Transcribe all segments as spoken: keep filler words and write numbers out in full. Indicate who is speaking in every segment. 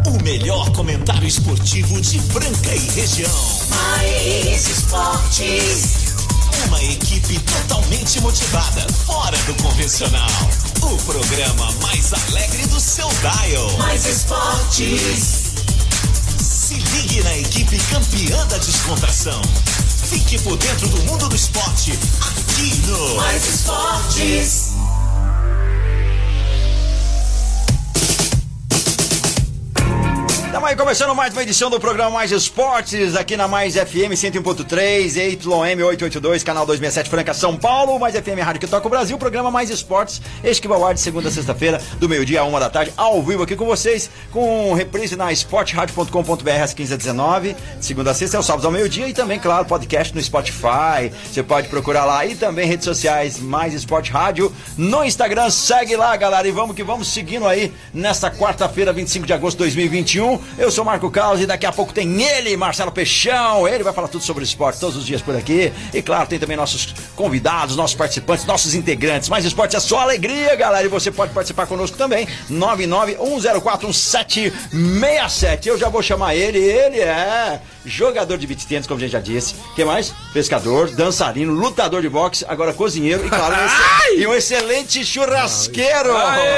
Speaker 1: O melhor comentário esportivo de Franca e região. Mais Esportes. Uma equipe totalmente motivada, fora do convencional. O programa mais alegre do seu dial. Mais Esportes. Se ligue na equipe campeã da descontração. Fique por dentro do mundo do esporte, aqui no Mais Esportes.
Speaker 2: Estamos aí começando mais uma edição do programa Mais Esportes, aqui na Mais F M cento e um ponto três, Y M oitocentos e oitenta e dois, canal duzentos e sessenta e sete, Franca, São Paulo. Mais F M, rádio que toca o Brasil, programa Mais Esportes, este que vai ao ar de segunda a sexta-feira, do meio-dia a uma da tarde, ao vivo aqui com vocês, com reprise na esporte rádio ponto com ponto b r às quinze às dezenove, de segunda a sexta, é o sábado ao meio-dia, e também, claro, podcast no Spotify, você pode procurar lá, e também redes sociais, Mais Esporte Rádio, no Instagram, segue lá, galera, e vamos que vamos seguindo aí, nesta quarta-feira, vinte e cinco de agosto de dois mil e vinte e um. Eu sou Marco Caos e daqui a pouco tem ele, Marcelo Peixão. Ele vai falar tudo sobre esporte todos os dias por aqui. E claro, tem também nossos convidados, nossos participantes, nossos integrantes. Mais esporte é só alegria, galera. E você pode participar conosco também. nove nove um zero quatro um sete seis sete. Eu já vou chamar ele. Ele é jogador de beach tennis, como a gente já disse. Quem mais? Pescador, dançarino, lutador de boxe, agora cozinheiro e claro, esse, e um excelente churrasqueiro.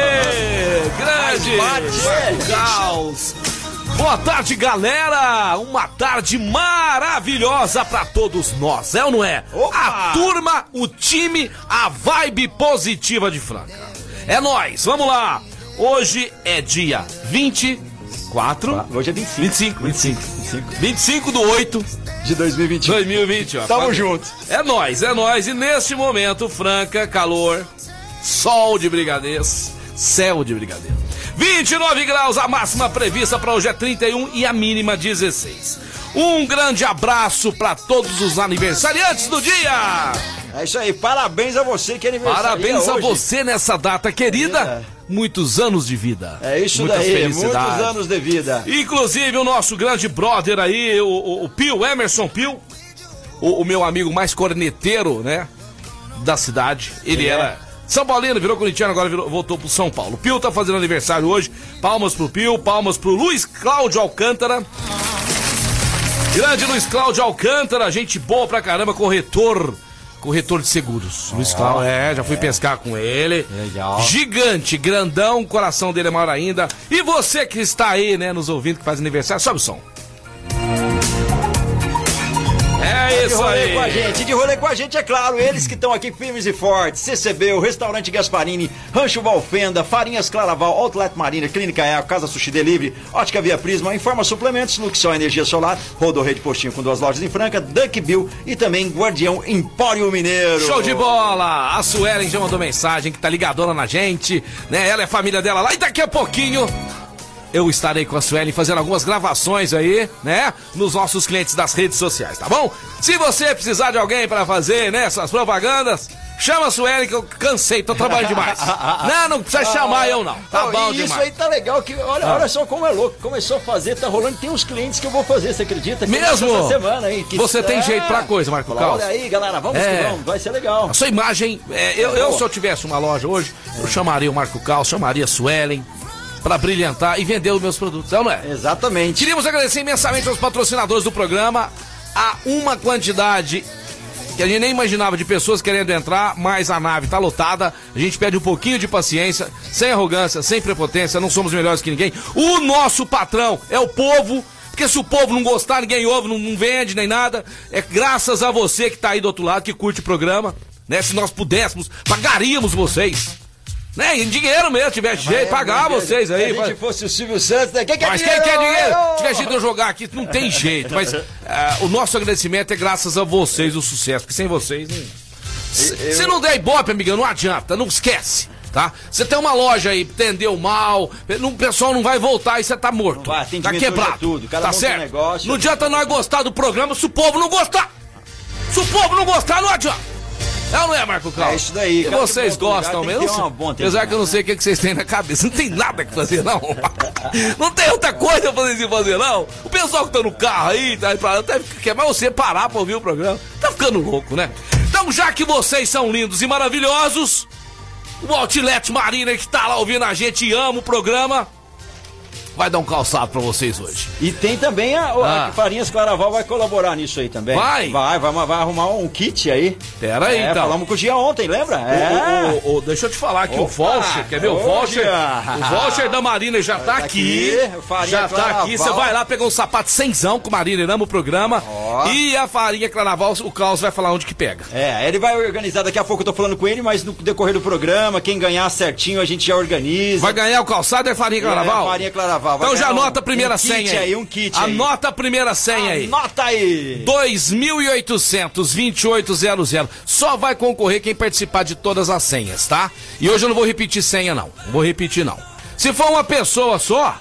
Speaker 3: Aê, grande Marco Caos. Boa tarde, galera! Uma tarde maravilhosa pra todos nós, é ou não é? Opa! A turma, o time, a vibe positiva de Franca. É nóis, vamos lá! Hoje é dia vinte e quatro...
Speaker 2: Hoje é vinte e cinco.
Speaker 3: vinte e cinco, vinte e cinco. vinte e cinco. vinte e cinco do oito
Speaker 2: de dois mil e vinte.
Speaker 3: dois mil e vinte, ó.
Speaker 2: Tamo junto.
Speaker 3: É nóis, é nóis. E neste momento, Franca, calor, sol de brigadeiros, céu de brigadeiro. vinte e nove graus, a máxima prevista para hoje é trinta e um e a mínima dezesseis. Um grande abraço para todos os aniversariantes do dia.
Speaker 2: É isso aí, parabéns a você que é aniversário.
Speaker 3: Parabéns
Speaker 2: hoje.
Speaker 3: a você nessa data querida. É. Muitos anos de vida.
Speaker 2: É isso
Speaker 3: Muitas
Speaker 2: daí,
Speaker 3: felicidades.
Speaker 2: muitos anos de vida.
Speaker 3: Inclusive o nosso grande brother aí, o, o, o Pio, Emerson Pio, o, o meu amigo mais corneteiro, né, da cidade. Ele é. era... São Paulino, virou corintiano, agora virou, voltou pro São Paulo. O Pio tá fazendo aniversário hoje. Palmas pro Pio, palmas pro Luiz Cláudio Alcântara. Grande Luiz Cláudio Alcântara, gente boa pra caramba, corretor, corretor de seguros. Oh. Luiz Cláudio, é, já fui é. pescar com ele. Legal. Gigante, grandão, o coração dele é maior ainda. E você que está aí, né, nos ouvindo, que faz aniversário, sobe o som. É isso aí.
Speaker 2: De rolê com a gente, de rolê com a gente, é claro, eles que estão aqui firmes e fortes. C C B, o Restaurante Gasparini, Rancho Valfenda, Farinhas Claraval, Outlet Marina, Clínica Eco, Casa Sushi Delivery, Ótica Via Prisma, Informa Suplementos, Luxol Energia Solar, Rodorrede Postinho com duas lojas em Franca, Duck Bill e também Guardião Empório Mineiro.
Speaker 3: Show de bola! A Suelen já mandou mensagem que tá ligadona na gente, né? Ela é a família dela lá e daqui a pouquinho... eu estarei com a Sueli fazendo algumas gravações aí, né? Nos nossos clientes das redes sociais, tá bom? Se você precisar de alguém pra fazer, né, essas propagandas, chama a Sueli que eu cansei, tô trabalhando demais. Não, não precisa chamar eu não, tá
Speaker 2: oh,
Speaker 3: bom
Speaker 2: isso
Speaker 3: demais.
Speaker 2: Isso aí tá legal, que olha, ah. olha só como é louco, começou a fazer, tá rolando, tem uns clientes que eu vou fazer, você acredita? Que
Speaker 3: mesmo?
Speaker 2: Essa semana aí. Que
Speaker 3: você tem
Speaker 2: é...
Speaker 3: jeito pra coisa, Marco Caos.
Speaker 2: Olha aí, galera, vamos
Speaker 3: é.
Speaker 2: que vamos, vai ser legal.
Speaker 3: A sua imagem, é, eu, eu se eu tivesse uma loja hoje, é. eu chamaria o Marco Caos, chamaria a Suelen, pra brilhantar e vender os meus produtos, não é?
Speaker 2: Exatamente.
Speaker 3: Queríamos agradecer imensamente aos patrocinadores do programa, a uma quantidade que a gente nem imaginava de pessoas querendo entrar, mas a nave tá lotada, a gente pede um pouquinho de paciência, sem arrogância, sem prepotência, não somos melhores que ninguém. O nosso patrão é o povo, porque se o povo não gostar, ninguém ouve, não, não vende nem nada, é graças a você que tá aí do outro lado, que curte o programa, né? Se nós pudéssemos, pagaríamos vocês. Né, em dinheiro mesmo, tivesse jeito, pagar vocês aí.
Speaker 2: Se a gente fosse o Silvio Santos, né? Quem quer
Speaker 3: mas
Speaker 2: dinheiro?
Speaker 3: quem quer dinheiro? Se tivesse jeito de eu jogar aqui, não tem jeito. Mas uh, o nosso agradecimento é graças a vocês, o sucesso, porque sem vocês... Se eu... não der ibope, amigão, não adianta, não esquece. Tá? Você tem uma loja aí, atendeu mal, o pessoal não vai voltar e você tá morto. Vai, tá quebrado.
Speaker 2: Tudo, cada
Speaker 3: tá certo?
Speaker 2: Negócio,
Speaker 3: não adianta nós gostar do programa se o povo não gostar. Se o povo não gostar, não adianta. É ou não é, Marco Caos?
Speaker 2: É isso daí.
Speaker 3: E vocês gostam mesmo? Apesar que eu não sei o que vocês têm na cabeça. Não tem nada que fazer, não. Não tem outra coisa pra vocês fazer, não. O pessoal que tá no carro aí, tá aí pra lá, até quer mais você parar pra ouvir o programa. Tá ficando louco, né? Então, já que vocês são lindos e maravilhosos, o Outlet Marina que tá lá ouvindo a gente e ama o programa, vai dar um calçado pra vocês hoje.
Speaker 2: E tem também a, a ah. Farinhas Claraval vai colaborar nisso aí também.
Speaker 3: Vai?
Speaker 2: Vai, vai, vai arrumar um kit aí.
Speaker 3: Pera aí,
Speaker 2: é,
Speaker 3: então.
Speaker 2: Falamos com o Gia ontem, lembra?
Speaker 3: O,
Speaker 2: é.
Speaker 3: o, o, o, deixa eu te falar que Opa, o voucher, quer ver o voucher? O voucher da Marina já tá, tá aqui. aqui já Claraval. Tá aqui, você vai lá pegar um sapato cenzão com o Marina, ele ama o programa. Oh. E a Farinha Claraval, o Klaus vai falar onde que pega.
Speaker 2: É, ele vai organizar, daqui a pouco eu tô falando com ele, mas no decorrer do programa, quem ganhar certinho a gente já organiza.
Speaker 3: Vai ganhar o calçado é Farinha Claraval?
Speaker 2: É, Farinha Claraval.
Speaker 3: Então já anota um, a primeira
Speaker 2: um
Speaker 3: senha aí.
Speaker 2: aí. Um kit
Speaker 3: Anota aí. a primeira senha aí.
Speaker 2: Anota aí.
Speaker 3: dois mil e oitocentos, vinte e oito zero zero. Só vai concorrer quem participar de todas as senhas, tá? E hoje eu não vou repetir senha, não. Não vou repetir, não. Se for uma pessoa só,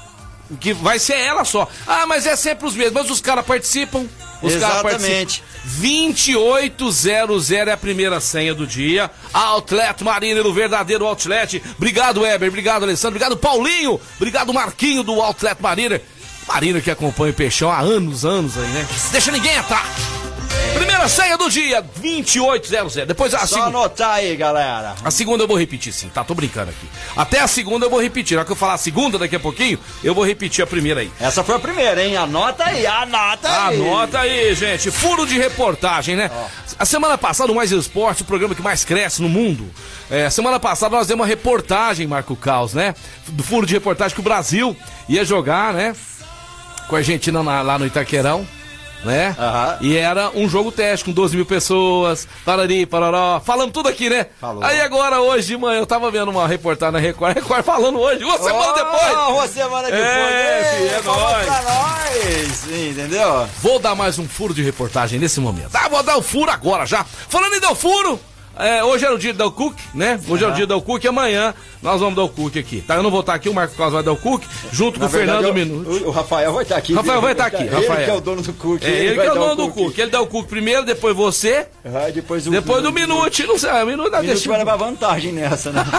Speaker 3: que vai ser ela só. Ah, mas é sempre os mesmos. Mas os caras participam. Os
Speaker 2: Exatamente.
Speaker 3: vinte e oito zero zero é a primeira senha do dia. Outlet Marina, o verdadeiro Outlet. Obrigado, Weber. Obrigado, Alessandro. Obrigado, Paulinho. Obrigado, Marquinho do Outlet Marina. Marina que acompanha o Peixão há anos, anos aí, né? Deixa ninguém entrar. Primeira senha do dia, vinte e oito zero zero. Depois a
Speaker 2: Só
Speaker 3: segunda.
Speaker 2: anotar aí, galera.
Speaker 3: A segunda eu vou repetir, sim, tá? Tô brincando aqui. Até a segunda eu vou repetir. Na hora que eu falar a segunda daqui a pouquinho, eu vou repetir a primeira aí.
Speaker 2: Essa foi a primeira, hein? Anota aí, anota aí.
Speaker 3: Anota aí, gente. Furo de reportagem, né? Oh. A semana passada, o Mais Esporte, o programa que mais cresce no mundo. É, semana passada nós demos uma reportagem, Marco Caos, né? Do furo de reportagem que o Brasil ia jogar, né? Com a Argentina na, lá no Itaquerão. Né? Uhum. E era um jogo teste com doze mil pessoas, parari, pararó, falamos tudo aqui, né? Falou. Aí agora, hoje de manhã, eu tava vendo uma reportagem na Record, Record falando hoje, uma oh, semana depois.
Speaker 2: Uma semana depois,
Speaker 3: é, filho, é nóis.
Speaker 2: Pra nós, sim, entendeu?
Speaker 3: Vou dar mais um furo de reportagem nesse momento. Ah, vou dar o furo agora já. Falando em dar o furo, é, hoje era o dia do Del Cook, né? Hoje uhum. é o dia do Del Cook e amanhã nós vamos dar o Cook aqui, tá? Eu não vou estar aqui, o Marco Claus vai dar o Cook, junto Na com verdade, o Fernando Minuto.
Speaker 2: O, o Rafael vai estar aqui.
Speaker 3: Rafael vai estar aqui.
Speaker 2: Ele
Speaker 3: Rafael.
Speaker 2: que é o dono do Cook.
Speaker 3: É, ele, ele que é o dono do Cook. Ele dá o Cook primeiro, depois você.
Speaker 2: Ah, depois o
Speaker 3: depois do Minuto. Não sei, o Minuto
Speaker 2: vai deixa... vai levar vantagem nessa, né?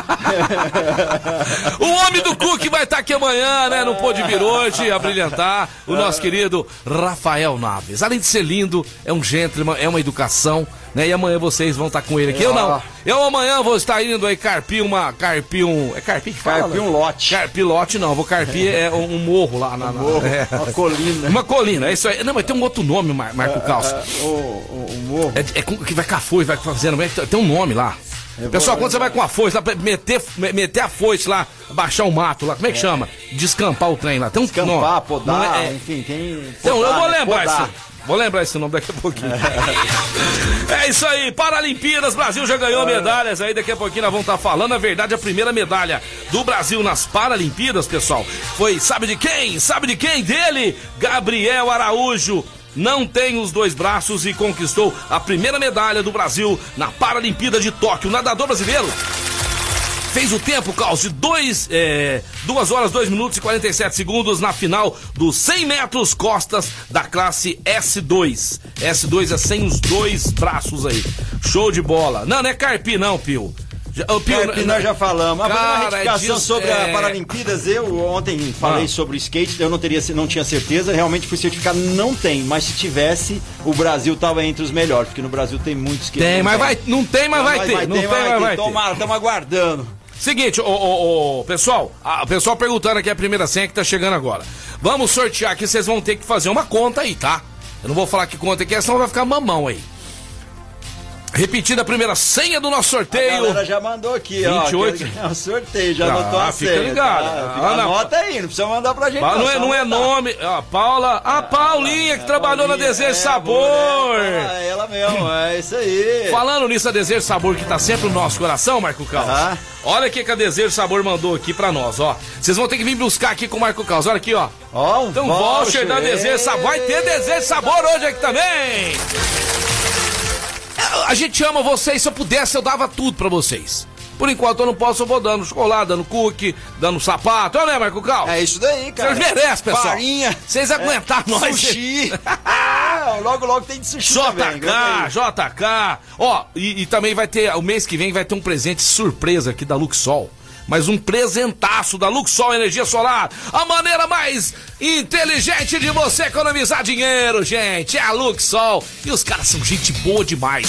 Speaker 3: O homem do Cook vai estar aqui amanhã, né? Não pôde vir hoje a brilhantar. O nosso querido Rafael Naves. Além de ser lindo, é um gentleman, é uma educação, né? E amanhã vocês vão estar com ele aqui. Eu não. Eu amanhã vou estar indo aí carpir uma. Carpir um. É carpir que fala?
Speaker 2: Carpir um lote.
Speaker 3: Carpir lote não, vou carpir é um, um morro lá na.
Speaker 2: Um morro,
Speaker 3: na é.
Speaker 2: Uma colina.
Speaker 3: Uma colina, é isso aí. Não, mas tem um outro nome, Mar Marco Caos.
Speaker 2: É, é, o, o, o morro.
Speaker 3: É, é que vai com a foice, vai fazendo. Tem um nome lá. É Pessoal, quando você vai com a foice lá, meter, meter a foice lá, baixar o mato lá, como é que é. chama? Descampar o trem lá. Tem um
Speaker 2: Descampar,
Speaker 3: nome.
Speaker 2: podar,
Speaker 3: é,
Speaker 2: enfim, tem.
Speaker 3: Então,
Speaker 2: podar,
Speaker 3: eu vou lembrar
Speaker 2: podar.
Speaker 3: isso. Vou lembrar esse nome daqui a pouquinho. É isso aí, Paralimpíadas, Brasil já ganhou medalhas aí, daqui a pouquinho nós vamos estar falando. Na verdade, a primeira medalha do Brasil nas Paralimpíadas, pessoal, foi, sabe de quem? Sabe de quem? Dele, Gabriel Araújo. Não tem os dois braços e conquistou a primeira medalha do Brasil na Paralimpíada de Tóquio. O nadador brasileiro fez o tempo, Caos, de dois, é, duas horas, dois minutos e quarenta e sete segundos na final dos cem metros costas da classe S dois. S dois é sem os dois braços aí. Show de bola. Não, não é carpi não, Pio.
Speaker 2: Já, o Pio, Carpi, nós já falamos.
Speaker 3: Cara,
Speaker 2: uma retificação
Speaker 3: diz,
Speaker 2: sobre
Speaker 3: é...
Speaker 2: a Paralimpíadas, eu ontem falei ah. sobre o skate, eu não, teria, não tinha certeza, realmente fui certificado, não tem, mas se tivesse, o Brasil tava entre os melhores, porque no Brasil tem muito skate.
Speaker 3: Tem, mas vai, não tem, mas vai, vai ter.
Speaker 2: Vai
Speaker 3: não
Speaker 2: ter,
Speaker 3: tem,
Speaker 2: mas vai,
Speaker 3: vai
Speaker 2: ter. Tomara, estamos aguardando.
Speaker 3: Seguinte, ô, ô, ô, pessoal, a, o pessoal perguntando aqui a primeira senha que tá chegando agora. Vamos sortear aqui, vocês vão ter que fazer uma conta aí, tá? Eu não vou falar que conta que é, senão vai ficar mamão aí. Repetindo a primeira senha do nosso sorteio. A
Speaker 2: galera já mandou aqui,
Speaker 3: vinte e oito.
Speaker 2: ó. É o sorteio, já ah, anotou a
Speaker 3: fica
Speaker 2: senha.
Speaker 3: Ligado.
Speaker 2: Tá? Fica, anota aí, não precisa mandar pra gente.
Speaker 3: Não, não é, não é nome. A Paula, a Paulinha que é, trabalhou Paulinha, na Desejo é, Sabor.
Speaker 2: É, ela mesmo, é isso aí.
Speaker 3: Falando nisso, a Desejo Sabor que tá sempre no nosso coração, Marco Caos. Ah. Olha o que a Desejo Sabor mandou aqui pra nós, ó. Vocês vão ter que vir buscar aqui com o Marco Caos. Olha aqui, ó.
Speaker 2: Ó, um
Speaker 3: então, voucher da Desejo Sabor. Vai ter Desejo Sabor hoje aqui também. A gente ama vocês, se eu pudesse eu dava tudo pra vocês. Por enquanto eu não posso, eu vou dando chocolate, dando cookie, dando sapato, olha, né, Marco Cal?
Speaker 2: É isso daí, cara.
Speaker 3: Vocês merecem, pessoal.
Speaker 2: Farinha.
Speaker 3: Vocês aguentaram é, nós.
Speaker 2: Sushi. ah, logo, logo tem de sushi
Speaker 3: J K,
Speaker 2: também.
Speaker 3: J K. Ó, e, e também vai ter, o mês que vem vai ter um presente surpresa aqui da Luxol. Mas um presentaço da Luxol Energia Solar. A maneira mais inteligente de você economizar dinheiro, gente. É a Luxol. E os caras são gente boa demais.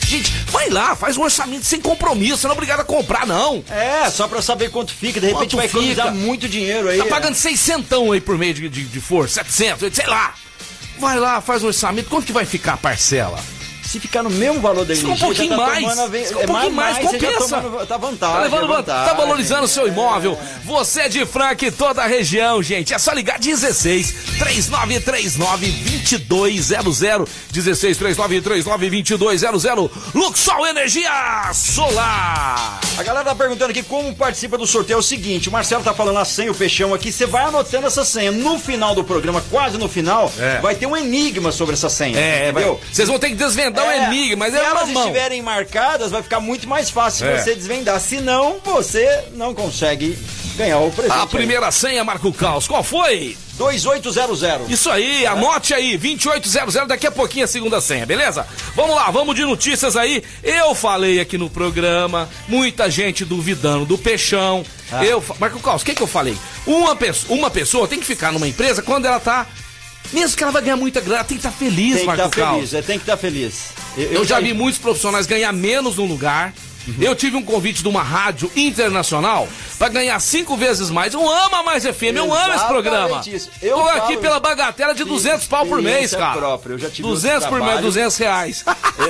Speaker 3: Gente, vai lá, faz um orçamento sem compromisso, você não é obrigado a comprar, não.
Speaker 2: É, só pra saber quanto fica, de repente
Speaker 3: Quanto
Speaker 2: vai economizar
Speaker 3: fica?
Speaker 2: muito dinheiro aí.
Speaker 3: Tá pagando seiscentão aí por mês de, de, de força, setecentos, sei lá. Vai lá, faz um orçamento, quanto que vai ficar a parcela?
Speaker 2: Se ficar no mesmo valor da energia,
Speaker 3: um pouquinho
Speaker 2: já tá
Speaker 3: mais,
Speaker 2: tomando a ve...
Speaker 3: um pouquinho mais, mais
Speaker 2: compensa.
Speaker 3: Tomando,
Speaker 2: tá vantagem,
Speaker 3: tá, levando,
Speaker 2: é vantagem,
Speaker 3: tá valorizando o seu imóvel.
Speaker 2: É.
Speaker 3: Você é de Franca e toda a região, gente. É só ligar dezesseis, três nove três nove, dois dois zero zero. dezesseis, três nove três nove, dois dois zero zero. Luxol Energia Solar.
Speaker 2: A galera tá perguntando aqui como participa do sorteio. É o seguinte, o Marcelo tá falando a senha, o Peixão aqui. Você vai anotando essa senha. No final do programa, quase no final,
Speaker 3: é.
Speaker 2: vai ter um enigma sobre essa senha.
Speaker 3: É, entendeu? Vocês vão ter que desvendar o
Speaker 2: é,
Speaker 3: um enigma, mas
Speaker 2: se
Speaker 3: é
Speaker 2: elas
Speaker 3: mão.
Speaker 2: estiverem marcadas, vai ficar muito mais fácil
Speaker 3: é.
Speaker 2: você desvendar. Senão, você não consegue ganhar o presente.
Speaker 3: A primeira aí. Senha, Marco Caos, qual foi?
Speaker 2: dois oito zero zero.
Speaker 3: Isso aí, é. Anote aí, dois oito zero zero, daqui a pouquinho a segunda senha, beleza? Vamos lá, vamos de notícias aí. Eu falei aqui no programa, muita gente duvidando do Peixão. Ah. Eu, Marco Caos, o que que eu falei? Uma pessoa, uma pessoa tem que ficar numa empresa quando ela tá... Mesmo que ela vai ganhar muita grana, tem que estar tá feliz, Marco Caos. Tem que estar tá feliz,
Speaker 2: é, tem que estar tá feliz.
Speaker 3: Eu, eu, eu já vi muitos profissionais ganhar menos num lugar. Uhum. Eu tive um convite de uma rádio internacional para ganhar cinco vezes mais. Eu amo a Mais F M, eu amo esse programa. Isso. Eu tô aqui pela bagatela de duzentos pau por mês, cara.
Speaker 2: Próprio. Eu já tive
Speaker 3: duzentos por mês, duzentos reais.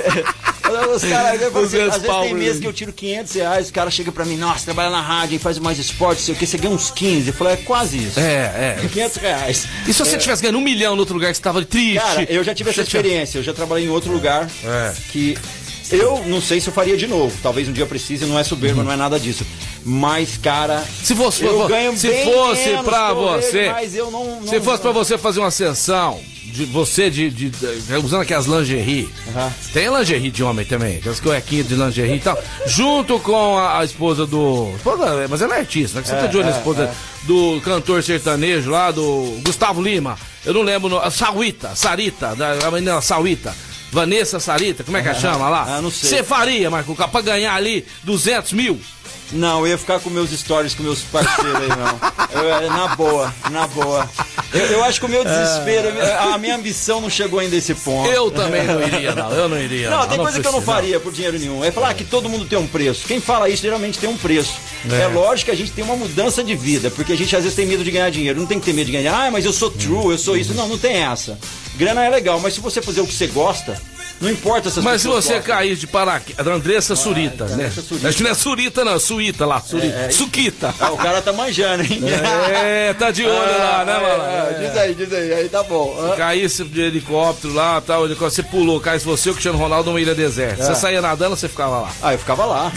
Speaker 2: É, os caras, assim, às vezes tem mês que eu tiro quinhentos reais, o cara chega pra mim, nossa, trabalha na rádio e faz mais esporte, sei o que, você ganha uns quinze. Eu falei, é quase isso.
Speaker 3: É, é.
Speaker 2: quinhentos reais.
Speaker 3: E se você
Speaker 2: é.
Speaker 3: tivesse ganhando um milhão no outro lugar que você tava triste?
Speaker 2: Cara, eu já tive essa experiência, eu já trabalhei em outro lugar é. que... Eu não sei se eu faria de novo. Talvez um dia eu precise, não é soberba, uhum. não é nada disso. Mas, cara,
Speaker 3: se fosse,
Speaker 2: eu ganho
Speaker 3: se
Speaker 2: bem
Speaker 3: fosse
Speaker 2: menos
Speaker 3: pra você,
Speaker 2: ele, mas eu não, não
Speaker 3: se fosse pra você fazer uma sessão de você de, de, de usando aquelas lingerie, uhum. tem lingerie de homem também, aquelas cuequinhas de lingerie e tal, junto com a, a esposa do, mas ela é artista, né? Que você é, tá de olho na esposa é. do cantor sertanejo lá, do Gustavo Lima. Eu não lembro, a Sauíta, Sarita, da menina Sauíta. Vanessa Sarita, como é que ela chama lá?
Speaker 2: Ah, não sei.
Speaker 3: Você faria, Marco, pra ganhar ali duzentos mil?
Speaker 2: Não, eu ia ficar com meus stories com meus parceiros aí, não. Eu, na boa, na boa. Eu, eu acho que o meu desespero, a minha ambição não chegou ainda a esse ponto.
Speaker 3: Eu também não iria, não. Eu não iria.
Speaker 2: Não,
Speaker 3: não
Speaker 2: tem
Speaker 3: não
Speaker 2: coisa que eu não faria por dinheiro nenhum. É falar que todo mundo tem um preço. Quem fala isso geralmente tem um preço. É. é lógico que a gente tem uma mudança de vida, porque a gente às vezes tem medo de ganhar dinheiro. Não tem que ter medo de ganhar. Ah, mas eu sou true, eu sou isso. Não, não tem essa. Grana é legal, mas se você fazer o que você gosta, não importa essas
Speaker 3: Mas se você
Speaker 2: gostam.
Speaker 3: cair de paraquedas, Andressa ah, Surita, né?
Speaker 2: Surita.
Speaker 3: Acho que não é Surita, não, Suíta lá, Surita. É, é, Suquita.
Speaker 2: Ah, o cara tá manjando, hein?
Speaker 3: É, tá de olho ah, lá, né, mano?
Speaker 2: É, é. Diz aí, diz aí, aí tá bom.
Speaker 3: Se ah. caísse de helicóptero lá, tal, você pulou, caísse você, o Cristiano Ronaldo, numa ilha deserta. É. Você saía nadando, você ficava lá?
Speaker 2: Ah, eu ficava lá.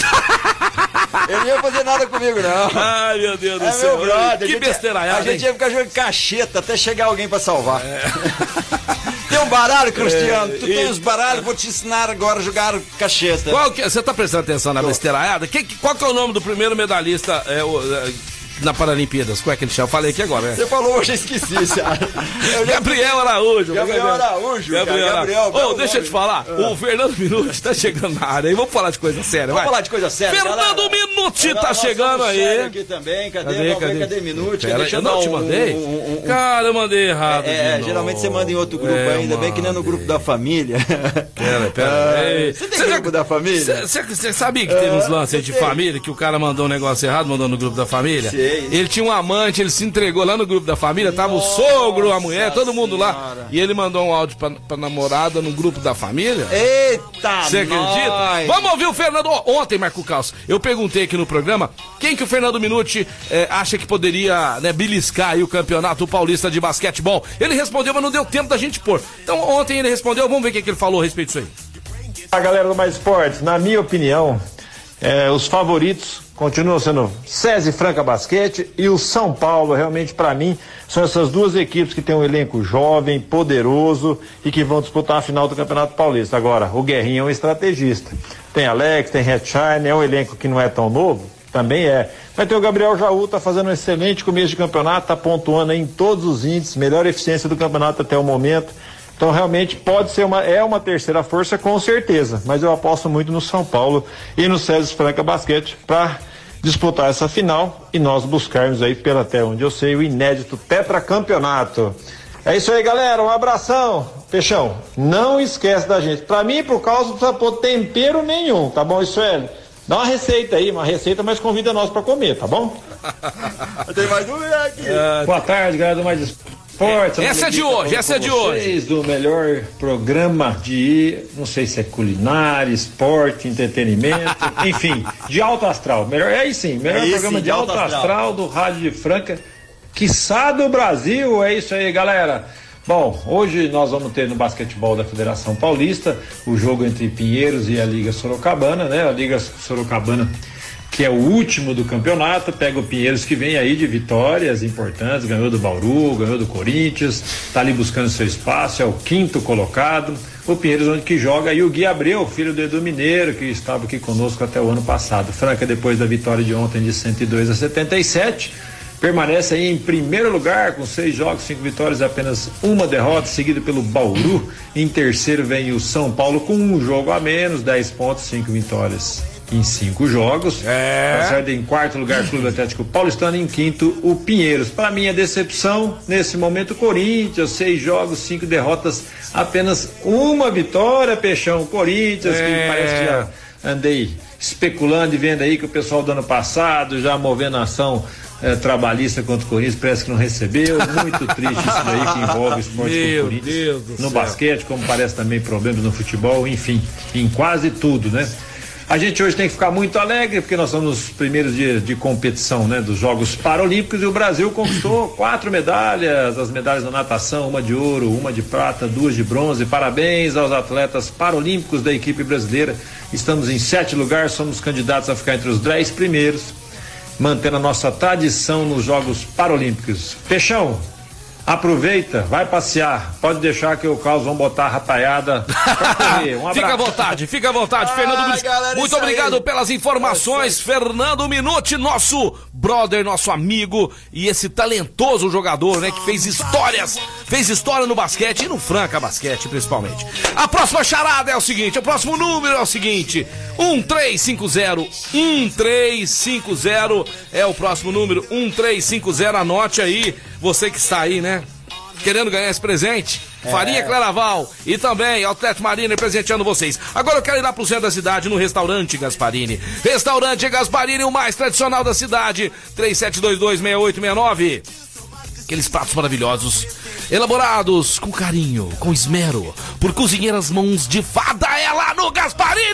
Speaker 2: Ele não ia fazer nada comigo, não.
Speaker 3: Ai, meu Deus do
Speaker 2: é
Speaker 3: céu.
Speaker 2: Meu brother,
Speaker 3: que besteiraiada.
Speaker 2: A gente ia ficar jogando cacheta até chegar alguém pra salvar. É. Tem um baralho, Cristiano? É, tu e... tem os baralhos, vou te ensinar agora a jogar cacheta.
Speaker 3: Qual que, você tá prestando atenção na besteiraiada? Que, qual que é o nome do primeiro medalhista é, o, é, na Paralimpíadas? Qual é que ele chama? Eu falei aqui agora, né?
Speaker 2: Você falou hoje, eu esqueci, cara. Eu
Speaker 3: Gabriel Araújo.
Speaker 2: Gabriel Araújo,
Speaker 3: Gabriel
Speaker 2: cara. Gabriel,
Speaker 3: Ô, oh, deixa eu te falar. Ah. O Fernando Minuti tá chegando na área aí. Vamos falar de coisa séria,
Speaker 2: Vamos
Speaker 3: vai.
Speaker 2: falar de coisa séria,
Speaker 3: Fernando
Speaker 2: galera.
Speaker 3: Minuti tá chegando aí.
Speaker 2: Aqui também. Cadê?
Speaker 3: Cadê,
Speaker 2: cadê? cadê Minuti?
Speaker 3: Pera, eu não te mandei? Um, um, um... Cara, eu mandei errado.
Speaker 2: É, é geralmente você manda em outro grupo é, ainda, bem que não é no grupo da família.
Speaker 3: Pera, pera.
Speaker 2: Ah, você tem cê grupo já, da família?
Speaker 3: Você sabia que teve uns lances aí de sei. família, que o cara mandou um negócio errado, mandou no grupo da família?
Speaker 2: Sei.
Speaker 3: Ele tinha um amante, ele se entregou lá no grupo da família, tava Nossa o sogro, a mulher, todo mundo senhora. lá. E ele mandou um áudio pra, pra namorada no grupo da família.
Speaker 2: Eita,
Speaker 3: você acredita? Nós. Vamos ouvir o Fernando. Ontem, Marco Caos, eu perguntei aqui no programa quem que o Fernando Minuti eh, acha que poderia né, beliscar aí o campeonato paulista de basquetebol. Ele respondeu, mas não deu tempo da gente pôr. Então ontem ele respondeu, vamos ver o que, que ele falou a respeito disso aí.
Speaker 4: A galera do Mais Esportes, na minha opinião, eh, os favoritos continuam sendo SESI Franca Basquete e o São Paulo. Realmente, para mim, são essas duas equipes que têm um elenco jovem, poderoso e que vão disputar a final do Campeonato Paulista. Agora, o Guerrinha é um estrategista. Tem Alex, tem Redshine, é um elenco que não é tão novo? Também é. Mas tem o Gabriel Jaú, tá fazendo um excelente começo de campeonato, tá pontuando aí em todos os índices, melhor eficiência do campeonato até o momento. Então realmente pode ser uma, é uma terceira força com certeza, mas eu aposto muito no São Paulo e no SESI Franca Basquete para disputar essa final e nós buscarmos aí, pela até onde eu sei, o inédito tetracampeonato. É isso aí, galera, um abração. Peixão, não esquece da gente. Pra mim, por causa, não precisa pôr tempero nenhum, tá bom, Sueli? Dá uma receita aí, uma receita, mas convida nós pra comer, tá bom?
Speaker 2: Tem mais um aqui.
Speaker 4: É, boa tarde, galera do Mais Esportes.
Speaker 3: Essa é de hoje, essa é de hoje.
Speaker 4: Do melhor programa de, não sei se é culinária, esporte, entretenimento, enfim, de alto astral. Melhor, é aí sim, melhor
Speaker 2: é
Speaker 4: programa
Speaker 2: sim,
Speaker 4: de alto astral. astral do Rádio de Franca, quiçá do Brasil. É isso aí, galera. Bom, hoje nós vamos ter no basquetebol da Federação Paulista o jogo entre Pinheiros e a Liga Sorocabana, né? A Liga Sorocabana, que é o último do campeonato, pega o Pinheiros, que vem aí de vitórias importantes, ganhou do Bauru, ganhou do Corinthians, tá ali buscando seu espaço, é o quinto colocado. O Pinheiros onde que joga aí o Gui Abreu, filho do Edu Mineiro, que estava aqui conosco até o ano passado. Franca, depois da vitória de ontem de cento e dois a setenta e sete, permanece aí em primeiro lugar com seis jogos, cinco vitórias e apenas uma derrota, seguido pelo Bauru. Em terceiro vem o São Paulo com um jogo a menos, dez pontos, cinco vitórias em cinco jogos.
Speaker 3: É.
Speaker 4: Tá certo? Em quarto lugar, o Clube Atlético Paulistano. Em quinto, o Pinheiros. Para mim, a decepção nesse momento, o Corinthians, seis jogos, cinco derrotas, apenas uma vitória, Peixão. Corinthians, é. que parece que já andei especulando e vendo aí que o pessoal do ano passado já movendo ação É, trabalhista contra o Corinthians, parece que não recebeu. Muito triste isso daí que envolve o esporte
Speaker 3: Meu
Speaker 4: com o Corinthians.
Speaker 3: Deus do
Speaker 4: no
Speaker 3: céu.
Speaker 4: basquete, como parece também problemas no futebol, enfim, em quase tudo, né? A gente hoje tem que ficar muito alegre porque nós somos nos primeiros dias de competição, né, dos Jogos Paralímpicos, e o Brasil conquistou quatro medalhas, as medalhas da natação, uma de ouro, uma de prata, duas de bronze. Parabéns aos atletas paralímpicos da equipe brasileira. Estamos em sete lugar, somos candidatos a ficar entre os dez primeiros, mantendo a nossa tradição nos Jogos Paralímpicos. Peixão, aproveita, vai passear, pode deixar que o Carlos vão botar a rapaiada pra correr. Um abraço.
Speaker 3: Fica à vontade, fica à vontade,
Speaker 2: Ai,
Speaker 3: Fernando Minuti.
Speaker 2: galera,
Speaker 3: Muito
Speaker 2: isso
Speaker 3: obrigado
Speaker 2: aí.
Speaker 3: pelas informações, Fernando Minuti, nosso brother, nosso amigo e esse talentoso jogador, né, que fez histórias, fez história no basquete e no Franca Basquete, principalmente. A próxima charada é o seguinte, o próximo número é o seguinte, um três cinco zero, um três cinco zero é o próximo número, um três cinco zero, anote aí, você que está aí, né, querendo ganhar esse presente. É. Farinha Claraval e também Outlet Marina presenteando vocês. Agora eu quero ir lá pro centro da cidade, no Restaurante Gasparini. Restaurante Gasparini, o mais tradicional da cidade. três sete dois dois, seis oito seis nove. Aqueles pratos maravilhosos, elaborados com carinho, com esmero, por cozinheiras mãos de fada, é lá no Gasparini.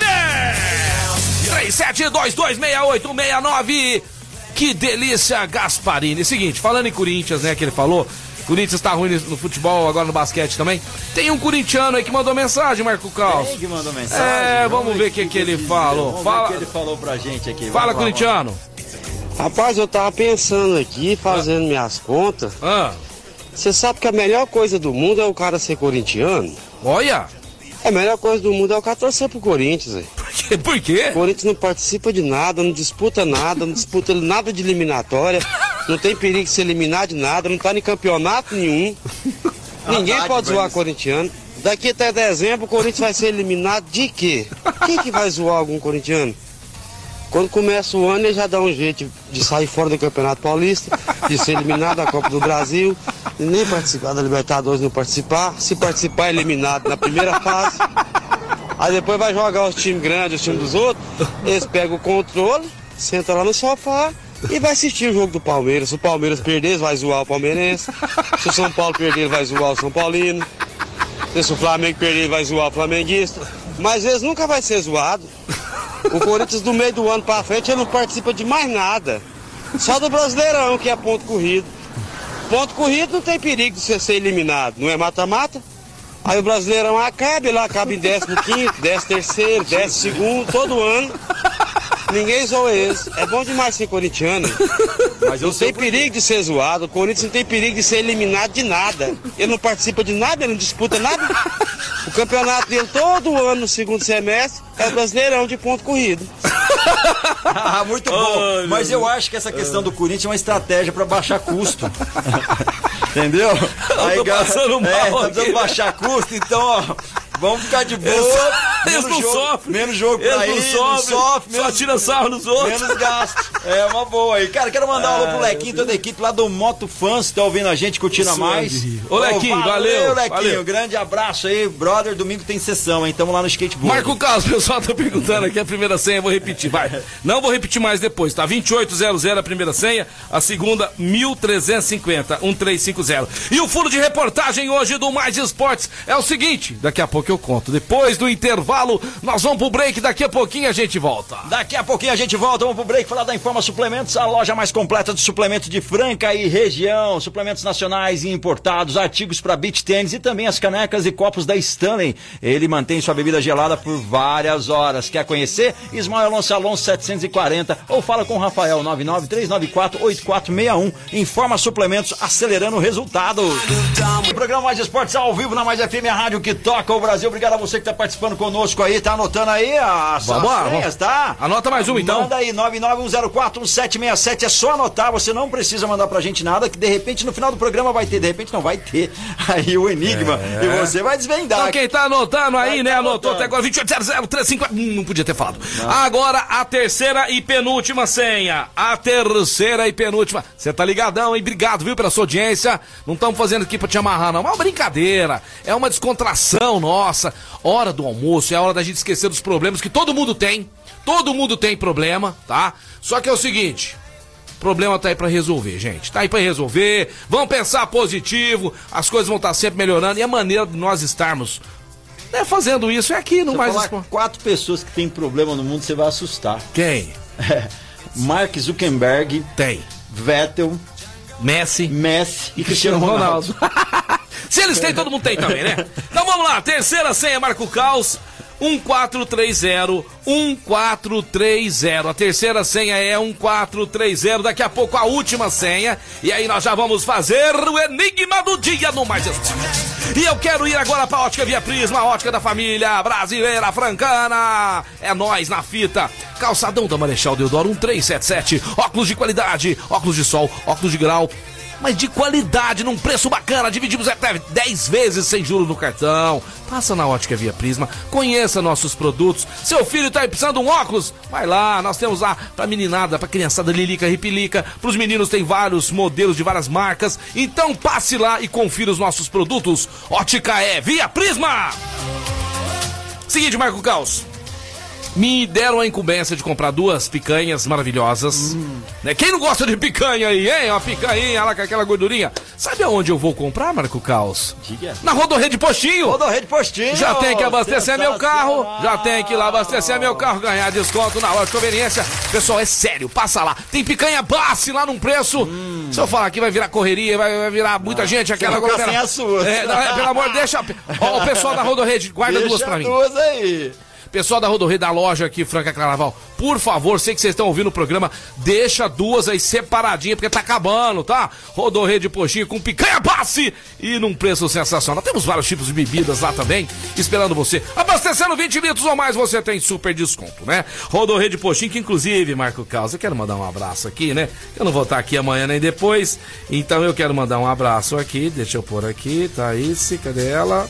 Speaker 3: três sete dois dois, seis oito seis nove. Que delícia, Gasparini. Seguinte, falando em Corinthians, né, que ele falou, Corinthians tá ruim no futebol, agora no basquete também. Tem um corintiano aí que mandou mensagem, Marco Caos.
Speaker 2: Tem que mandou mensagem.
Speaker 3: É, vamos, vamos ver o que, que, que ele falou.
Speaker 2: Vamos
Speaker 3: Fala...
Speaker 2: ver o que ele falou pra gente aqui.
Speaker 3: Fala,
Speaker 2: vamos,
Speaker 3: corintiano.
Speaker 2: Vamos.
Speaker 5: Rapaz, eu tava pensando aqui, fazendo ah. minhas contas.
Speaker 3: Ah.
Speaker 5: Você sabe que a melhor coisa do mundo é o cara ser corintiano?
Speaker 3: Olha.
Speaker 5: A melhor coisa do mundo é o cara torcer pro Corinthians, velho.
Speaker 3: Por quê? Por quê?
Speaker 5: O Corinthians não participa de nada, não disputa nada, não disputa nada de eliminatória, não tem perigo de ser eliminado de nada, não tá em campeonato nenhum. Ninguém pode zoar corintiano. Daqui até dezembro o Corinthians vai ser eliminado de quê? Quem que vai zoar algum corintiano? Quando começa o ano ele já dá um jeito de sair fora do Campeonato Paulista, de ser eliminado da Copa do Brasil, nem participar da Libertadores, não participar. Se participar, é eliminado na primeira fase. Aí depois vai jogar os times grandes, os times dos outros. Eles pegam o controle, sentam lá no sofá e vai assistir o jogo do Palmeiras. Se o Palmeiras perder, eles vai zoar o palmeirense. Se o São Paulo perder, ele vai zoar o São Paulino. Se o Flamengo perder, ele vai zoar o flamenguista. Mas eles nunca vai ser zoado. O Corinthians do meio do ano pra frente ele não participa de mais nada. Só do Brasileirão, que é ponto corrido. Ponto corrido não tem perigo de você ser eliminado, não é mata-mata? Aí o Brasileirão acaba, ele acaba em décimo quinto, décimo terceiro, décimo segundo, todo ano. Ninguém zoa eles. É bom demais ser corintiano. Mas não tem perigo de ser zoado. O Corinthians não tem perigo de ser eliminado de nada. Ele não participa de nada, ele não disputa nada. O campeonato dele todo ano, no segundo semestre, é o Brasileirão de ponto corrido.
Speaker 2: Ah, muito bom. Oh, mas eu acho que essa questão do Corinthians é uma estratégia para baixar custo. Entendeu?
Speaker 3: Eu
Speaker 2: Aí,
Speaker 3: tô passando mal
Speaker 2: é, tá
Speaker 3: aqui,
Speaker 2: precisando
Speaker 3: né?
Speaker 2: baixar custo, então, ó, vamos ficar de boa
Speaker 3: Eles
Speaker 2: menos
Speaker 3: não
Speaker 2: jogo,
Speaker 3: sofrem.
Speaker 2: Menos jogo
Speaker 3: Eles
Speaker 2: pra
Speaker 3: não
Speaker 2: ir,
Speaker 3: sofrem,
Speaker 2: não sofre,
Speaker 3: só
Speaker 2: menos,
Speaker 3: tira sarro nos outros.
Speaker 2: Menos gasto. É uma boa aí. Cara, quero mandar um alô pro Lequinho, toda a equipe lá do Moto Fãs, que tá ouvindo a gente, curtindo a mais.
Speaker 3: Ô, Lequinho, valeu.
Speaker 2: Lequinho,
Speaker 3: valeu.
Speaker 2: grande abraço aí, brother. Domingo tem sessão, hein? Tamo lá no skateboard.
Speaker 3: Marco Carlos, o pessoal tá perguntando aqui a primeira senha, eu vou repetir, vai. Não vou repetir mais depois, tá? vinte e oito zero zero a primeira senha, a segunda mil trezentos e cinquenta, um três cinco zero. E o furo de reportagem hoje do Mais Esportes é o seguinte, daqui a pouco eu conto. Depois do intervalo, nós vamos pro break, daqui a pouquinho a gente volta.
Speaker 2: Daqui a pouquinho a gente volta, vamos pro break, falar da Informa Suplementos, a loja mais completa de suplementos de Franca e região, suplementos nacionais e importados, artigos para beach tênis e também as canecas e copos da Stanley. Ele mantém sua bebida gelada por várias horas. Quer conhecer? Ismael Alonso Alonso setecentos e quarenta ou fala com o Rafael nove nove três nove quatro oito quatro seis um. Informa Suplementos, acelerando o resultado. O programa Mais Esportes ao vivo na Mais F M, a rádio que toca o Brasil. Obrigado a você que tá participando conosco aí, tá anotando aí as,
Speaker 3: vamos
Speaker 2: as
Speaker 3: lá,
Speaker 2: senhas, tá?
Speaker 3: Anota mais uma então.
Speaker 2: Manda aí, nove nove um zero quatro um sete seis sete, é só anotar, você não precisa mandar pra gente nada, que de repente no final do programa vai ter, de repente não vai ter aí o enigma, é. E você vai desvendar.
Speaker 3: Então quem tá anotando aí, vai né, tá anotou
Speaker 2: anotando.
Speaker 3: até agora, vinte e oito zero zero três cinco quatro, hum, não podia ter falado. Não. Agora a terceira e penúltima senha, a terceira e penúltima, você tá ligadão, hein, obrigado, viu, pela sua audiência, não estamos fazendo aqui pra te amarrar não, é uma brincadeira, é uma descontração nossa, hora do almoço, é a hora da gente esquecer dos problemas que todo mundo tem, todo mundo tem problema, tá? Só que é o seguinte, o problema tá aí pra resolver, gente, tá aí pra resolver, vamos pensar positivo, as coisas vão estar sempre melhorando e a maneira de nós estarmos né, fazendo isso é aqui no
Speaker 2: Se
Speaker 3: Mais
Speaker 2: falar
Speaker 3: Esportes.
Speaker 2: Quatro pessoas que tem problema no mundo, você vai assustar.
Speaker 3: Quem?
Speaker 2: É, Mark Zuckerberg,
Speaker 3: Tem.
Speaker 2: Vettel,
Speaker 3: Messi,
Speaker 2: Messi e
Speaker 3: e Cristiano
Speaker 2: Cristiano Ronaldo.
Speaker 3: Ronaldo. Se eles têm, todo mundo tem também, né? Então vamos lá, terceira senha, Marco Caos, um quatro três zero, um quatro três zero. A terceira senha é um quatro três zero. Daqui a pouco a última senha. E aí nós já vamos fazer o enigma do dia no Mais Esportes. E eu quero ir agora pra Ótica Via Prisma, a ótica da família brasileira francana. É nós na fita. Calçadão da Marechal Deodoro um três sete sete. Óculos de qualidade, óculos de sol, óculos de grau, mas de qualidade, num preço bacana. Dividimos até dez vezes sem juros no cartão. Passa na Ótica Via Prisma, conheça nossos produtos. Seu filho tá aí precisando de um óculos? Vai lá, nós temos lá pra meninada, pra criançada lilica, ripilica. Pros meninos tem vários modelos de várias marcas. Então passe lá e confira os nossos produtos. Ótica é Via Prisma. Seguinte, Marco Caos, me deram a incumbência de comprar duas picanhas maravilhosas. Hum. Né? Quem não gosta de picanha aí, hein? Uma picanha lá com aquela gordurinha. Sabe aonde eu vou comprar, Marco Caos?
Speaker 2: Diga.
Speaker 3: Na Rodorrede Postinho.
Speaker 2: Rodorrede Postinho.
Speaker 3: Já tem que abastecer meu carro. Já tem que ir lá abastecer meu carro, ganhar desconto na loja de conveniência. Pessoal, é sério, passa lá. Tem picanha Bassi lá num preço. Hum. Se eu falar aqui vai virar correria, vai, vai virar muita ah, gente. Aquela
Speaker 2: agora. Sem as suas.
Speaker 3: É, não, é, pelo amor, deixa. Ó, o pessoal da Rodorrede, guarda
Speaker 2: deixa
Speaker 3: duas pra mim.
Speaker 2: Duas aí.
Speaker 3: Pessoal da Rodorrede, da loja aqui, Franca Carnaval, por favor, sei que vocês estão ouvindo o programa, deixa duas aí separadinhas, porque tá acabando, tá? Rodorrede Postinho com picanha Bassi e num preço sensacional. Temos vários tipos de bebidas lá também, esperando você. Abastecendo vinte litros ou mais, você tem super desconto, né? Rodorrede Postinho, que inclusive, Marco Caos, eu quero mandar um abraço aqui, né? Eu não vou estar aqui amanhã nem depois, então eu quero mandar um abraço aqui, deixa eu pôr aqui, Thaís, cadê ela?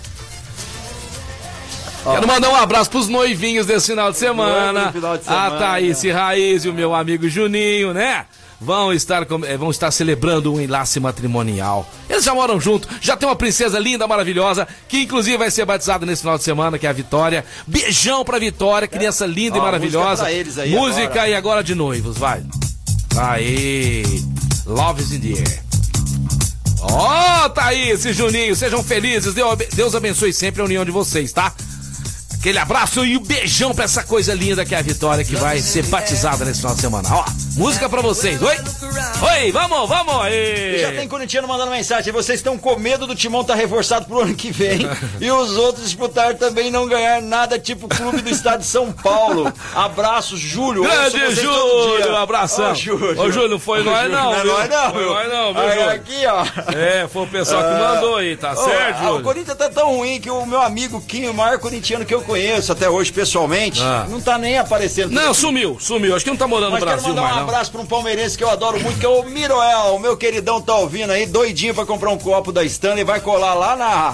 Speaker 3: Quero mandar um abraço pros noivinhos desse final de semana. Final de semana. A Thaís Raiz e o meu amigo Juninho, né? Vão estar, vão estar celebrando um enlace matrimonial. Eles já moram juntos, já tem uma princesa linda, maravilhosa, que inclusive vai ser batizada nesse final de semana, que é a Vitória. Beijão pra Vitória, criança é. linda Ó, e maravilhosa. Música, eles aí música agora. E agora de noivos, vai. Aí, Love is in the air. Ó, oh, Thaís e Juninho, sejam felizes, Deus abençoe sempre a união de vocês, tá? Aquele abraço e um beijão pra essa coisa linda que é a Vitória, que vai ser batizada nesse final de semana. Ó, música pra vocês. Oi? Oi, vamos, vamos. Oi.
Speaker 2: E já tem corintiano mandando mensagem. Vocês estão com medo do Timão estar tá reforçado pro ano que vem e os outros disputar também não ganhar nada, tipo o Clube do Estado de São Paulo. Abraço, Júlio.
Speaker 3: Grande Júlio, um abração.
Speaker 2: Ô, Júlio.
Speaker 3: Ô, Júlio, não foi nós não.
Speaker 2: Não, não, não.
Speaker 3: Foi nós não, viu,
Speaker 2: Júlio? Aqui, ó.
Speaker 3: É, foi o pessoal que mandou aí, tá oh, certo, Júlio?
Speaker 2: O Corinthians tá tão ruim que o meu amigo Quinho, o maior corintiano que eu conheço até hoje pessoalmente, ah. não tá nem aparecendo.
Speaker 3: Não, sumiu, sumiu. Acho que não tá morando
Speaker 2: Mas
Speaker 3: no Brasil
Speaker 2: mais. Mas quero mandar um abraço pra um palmeirense que eu adoro muito, que é o Miroel. O meu queridão tá ouvindo aí, doidinho pra comprar um copo da Stanley, vai colar lá na...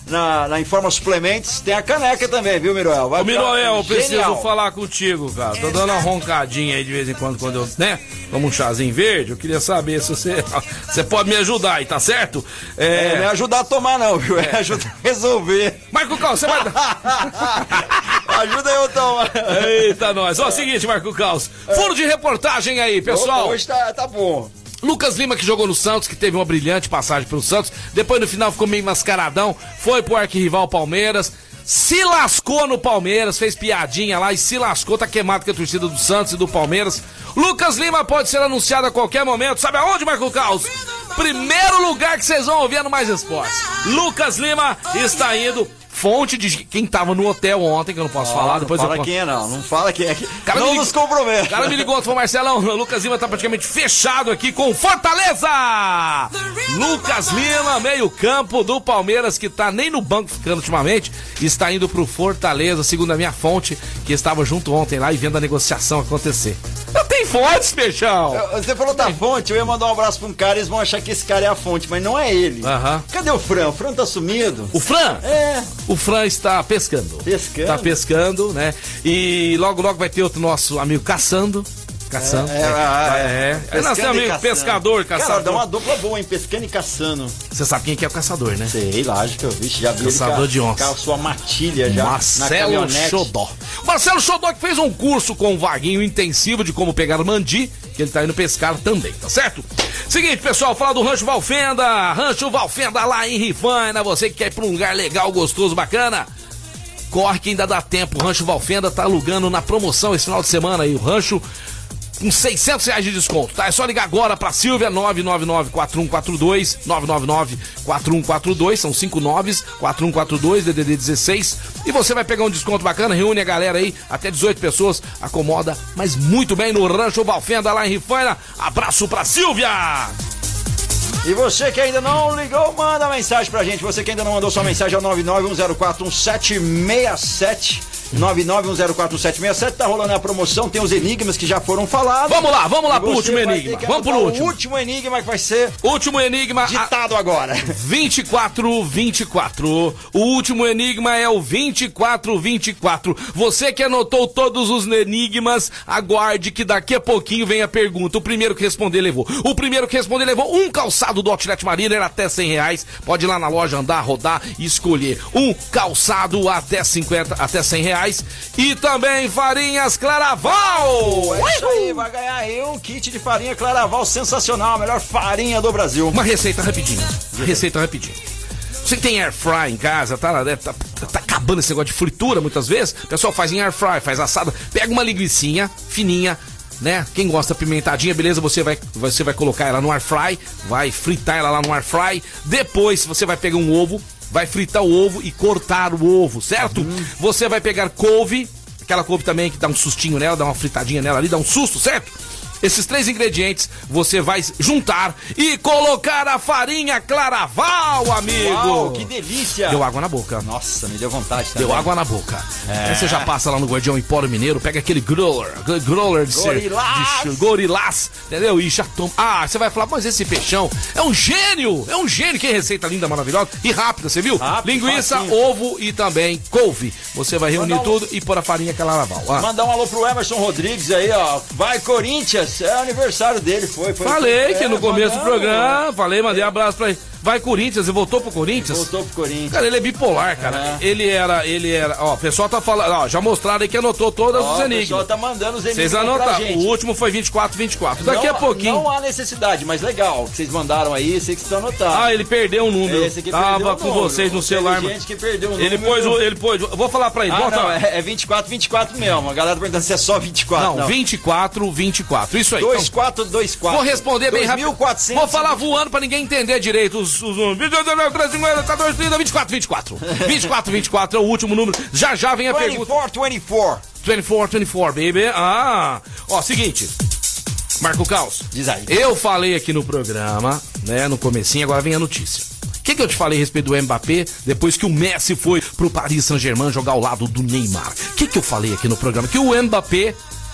Speaker 2: na, na Informa Suplementos, tem a caneca também, viu, Miroel? Vai
Speaker 3: Ô, Miroel, eu preciso
Speaker 2: genial.
Speaker 3: falar contigo, cara. Tô dando uma roncadinha aí de vez em quando, quando eu, né? Tomo um chazinho verde. Eu queria saber se você, você pode me ajudar aí, tá certo?
Speaker 2: É,
Speaker 3: É,
Speaker 2: não é ajudar a tomar, não, viu? É, é ajudar a resolver.
Speaker 3: Marco Caos, você vai dar.
Speaker 2: Ajuda eu, tomar.
Speaker 3: Eita, nós. Ó, seguinte, Marco Caos. Furo de reportagem aí, pessoal.
Speaker 2: Opa, hoje tá, tá bom.
Speaker 3: Lucas Lima, que jogou no Santos, que teve uma brilhante passagem pelo Santos, depois no final ficou meio mascaradão, foi pro arquirrival Palmeiras, se lascou no Palmeiras, fez piadinha lá e se lascou, tá queimado com a torcida do Santos e do Palmeiras. Lucas Lima pode ser anunciado a qualquer momento, sabe aonde, Marco Caos? Primeiro lugar que vocês vão ouvir no Mais Esportes. Lucas Lima está indo... Fonte de quem tava no hotel ontem, que eu não posso oh, falar. Depois
Speaker 2: não fala
Speaker 3: eu...
Speaker 2: quem é, não. Não fala quem é.
Speaker 3: Cara
Speaker 2: não
Speaker 3: me...
Speaker 2: nos compromete.
Speaker 3: O cara me ligou, falou, Marcelão, o Lucas Lima tá praticamente fechado aqui com Fortaleza! Lucas Lima, meio campo do Palmeiras, que tá nem no banco ficando ultimamente, está indo pro Fortaleza, segundo a minha fonte, que estava junto ontem lá e vendo a negociação acontecer. Eu tenho fontes, Peixão!
Speaker 2: Você falou da fonte, eu ia mandar um abraço pra um cara, eles vão achar que esse cara é a fonte, mas não é ele.
Speaker 3: Uhum.
Speaker 2: Cadê o Fran? O Fran tá sumido.
Speaker 3: O Fran?
Speaker 2: É.
Speaker 3: O Fran está pescando.
Speaker 2: Pescando?
Speaker 3: Tá pescando, né? E logo, logo vai ter outro nosso amigo caçando. Caçando. É, é. é. é. Nosso amigo pescador, caçador.
Speaker 2: Cara, dá uma dupla boa, hein? Pescando e caçando.
Speaker 3: Você sabe quem é que é o caçador, né?
Speaker 2: Sei, lógico que eu vi. Já vi
Speaker 3: caçador
Speaker 2: ele
Speaker 3: de onça.
Speaker 2: com a sua matilha já.
Speaker 3: Marcelo Xodó. Marcelo Xodó que fez um curso com o Vaguinho intensivo de como pegar mandi, que ele tá indo pescar também, tá certo? Seguinte, pessoal, falar do Rancho Valfenda. Rancho Valfenda lá em Rifaina. Você que quer ir pra um lugar legal, gostoso, bacana. Corre que ainda dá tempo. O Rancho Valfenda tá alugando na promoção esse final de semana aí. O rancho com seiscentos reais de desconto, tá? É só ligar agora pra Silvia, nove nove nove, quatro um quatro dois, nove nove nove, quatro um quatro dois, são cinco noves, quatro um quatro dois, D D D dezesseis, e você vai pegar um desconto bacana, reúne a galera aí, até dezoito pessoas, acomoda, mas muito bem no Rancho Valfenda lá em Rifaina. Abraço pra Silvia!
Speaker 2: E você que ainda não ligou, manda mensagem pra gente. Você que ainda não mandou sua mensagem ao nove nove um zero quatro um sete seis sete. nove nove um zero quatro um sete seis sete. Tá rolando a promoção, tem os enigmas que já foram falados.
Speaker 3: Vamos lá, vamos lá pro último enigma. Vamos pro último.
Speaker 2: O último enigma que vai ser.
Speaker 3: Último enigma.
Speaker 2: Ditado a... agora.
Speaker 3: vinte e quatro vinte e quatro. O último enigma é o vinte e quatro vinte e quatro. Você que anotou todos os enigmas, aguarde que daqui a pouquinho vem a pergunta. O primeiro que responder levou. O primeiro que responder levou um calçado do Outlet Mariner até cem reais. Pode ir lá na loja andar, rodar e escolher um calçado até cinquenta, até cem reais. E também farinhas Claraval.
Speaker 2: É isso aí, vai ganhar aí um kit de farinha Claraval sensacional, a melhor farinha do Brasil.
Speaker 3: Uma receita rapidinho. Receita rapidinho. Você que tem air fry em casa, tá, tá, tá, tá acabando esse negócio de fritura muitas vezes. O pessoal faz em air fry, faz assada. Pega uma linguicinha fininha, né? Quem gosta pimentadinha, beleza, você vai, você vai colocar ela no air fry, vai fritar ela lá no air fry. Depois você vai pegar um ovo, vai fritar o ovo e cortar o ovo, certo? Uhum. Você vai pegar couve, aquela couve também que dá um sustinho nela, dá uma fritadinha nela ali, dá um susto, certo? Esses três ingredientes você vai juntar e colocar a farinha Claraval, amigo.
Speaker 2: Uau, que delícia.
Speaker 3: Deu água na boca.
Speaker 2: Nossa, me deu vontade também.
Speaker 3: Deu água na boca. É. Aí você já passa lá no Guardião Empório Mineiro, pega aquele growler, growler de
Speaker 2: Gorilás.
Speaker 3: ser, de gorilás, entendeu? E já toma. Ah, você vai falar, mas esse peixão é um gênio, é um gênio. Que receita linda, maravilhosa e rápida, você viu?
Speaker 2: Rápido,
Speaker 3: linguiça,
Speaker 2: facinho.
Speaker 3: Ovo e também couve. Você vai reunir um... tudo e pôr a farinha Claraval. Ah.
Speaker 2: Mandar um alô pro Emerson Rodrigues aí, ó. Vai, Corinthians. É aniversário dele, foi. foi
Speaker 3: falei
Speaker 2: foi,
Speaker 3: que
Speaker 2: é,
Speaker 3: no começo
Speaker 2: mandando,
Speaker 3: do programa, falei, mandei um abraço pra ele. Vai Corinthians, e voltou pro Corinthians?
Speaker 2: Voltou pro Corinthians.
Speaker 3: Cara, ele é bipolar, cara. É. Ele era, ele era, ó, o pessoal tá falando, ó, já mostraram aí que anotou todos ó, os enigmas. O
Speaker 2: pessoal tá mandando os enigmas.
Speaker 3: Vocês anotaram, o último foi vinte e quatro vinte e quatro. Daqui
Speaker 2: não,
Speaker 3: a pouquinho.
Speaker 2: Não há necessidade, mas legal, que vocês mandaram aí, sei que vocês anotaram.
Speaker 3: Ah, ele perdeu o um número.
Speaker 2: Esse aqui
Speaker 3: Tava com
Speaker 2: número.
Speaker 3: vocês no celular.
Speaker 2: Tem gente que perdeu o
Speaker 3: número. Ele pôs, ele pôs, eu vou falar pra ele.
Speaker 2: Ah,
Speaker 3: bota...
Speaker 2: não, é, é vinte e quatro vinte e quatro mesmo. A galera tá perguntando se é só vinte e quatro.
Speaker 3: Não, não. vinte e quatro vinte e quatro, isso aí.
Speaker 2: dois quatro dois quatro.
Speaker 3: Vou responder bem rápido. Vou falar voando pra ninguém entender direito os números. vinte e quatro vinte e quatro. vinte e quatro vinte e quatro é o último número. Já já vem a pergunta.
Speaker 2: vinte e quatro vinte e quatro.
Speaker 3: vinte e quatro vinte e quatro, baby. Ah. Ó, seguinte. Marco Caos.
Speaker 2: Diz aí.
Speaker 3: Eu falei aqui no programa, né, no comecinho, agora vem a notícia. O que, que eu te falei a respeito do Mbappé depois que o Messi foi pro Paris Saint-Germain jogar ao lado do Neymar? O que, que eu falei aqui no programa? Que o Mbappé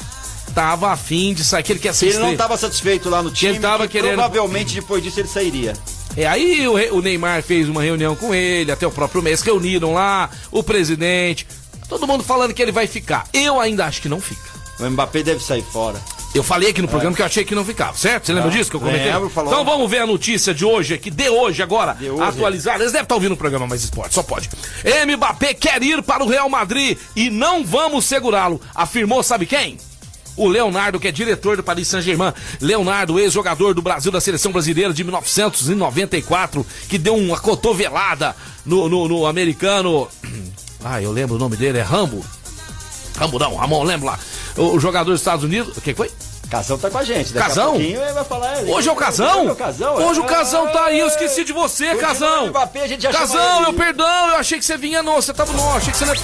Speaker 3: tava afim de sair, que ele quer ser
Speaker 2: Ele não tava satisfeito lá no time.
Speaker 3: Ele tava querendo...
Speaker 2: Provavelmente depois disso ele sairia.
Speaker 3: É, aí o, o Neymar fez uma reunião com ele, até o próprio Messi, reuniram lá, o presidente, todo mundo falando que ele vai ficar. Eu ainda acho que não fica.
Speaker 2: O Mbappé deve sair fora.
Speaker 3: Eu falei aqui no programa é. que eu achei que não ficava, certo? Você lembra
Speaker 2: ah,
Speaker 3: disso que eu comentei?
Speaker 2: Lembro, falou.
Speaker 3: Então vamos ver a notícia de hoje aqui, de hoje agora,
Speaker 2: de hoje.
Speaker 3: atualizada. Eles devem estar ouvindo o programa Mais Esporte, só pode. Mbappé quer ir para o Real Madrid e não vamos segurá-lo, afirmou sabe quem? O Leonardo, que é diretor do Paris Saint-Germain. Leonardo, ex-jogador do Brasil da Seleção Brasileira de mil novecentos e noventa e quatro, que deu uma cotovelada no, no, no americano... Ah, eu lembro o nome dele, é Rambo. Rambo não, Ramon, lembro lá. O, o jogador dos Estados Unidos... O que foi?
Speaker 2: Casão tá com a gente. Daqui
Speaker 3: Casão?
Speaker 2: A pouquinho ele vai falar, ele,
Speaker 3: hoje é o Casão?
Speaker 2: Hoje é o Casão,
Speaker 3: Hoje
Speaker 2: é.
Speaker 3: o Casão tá aí, eu esqueci de você, Casão.
Speaker 2: Mbappé, a gente já
Speaker 3: Casão, eu perdão, eu achei que você vinha, não, você tava, não, achei que você não...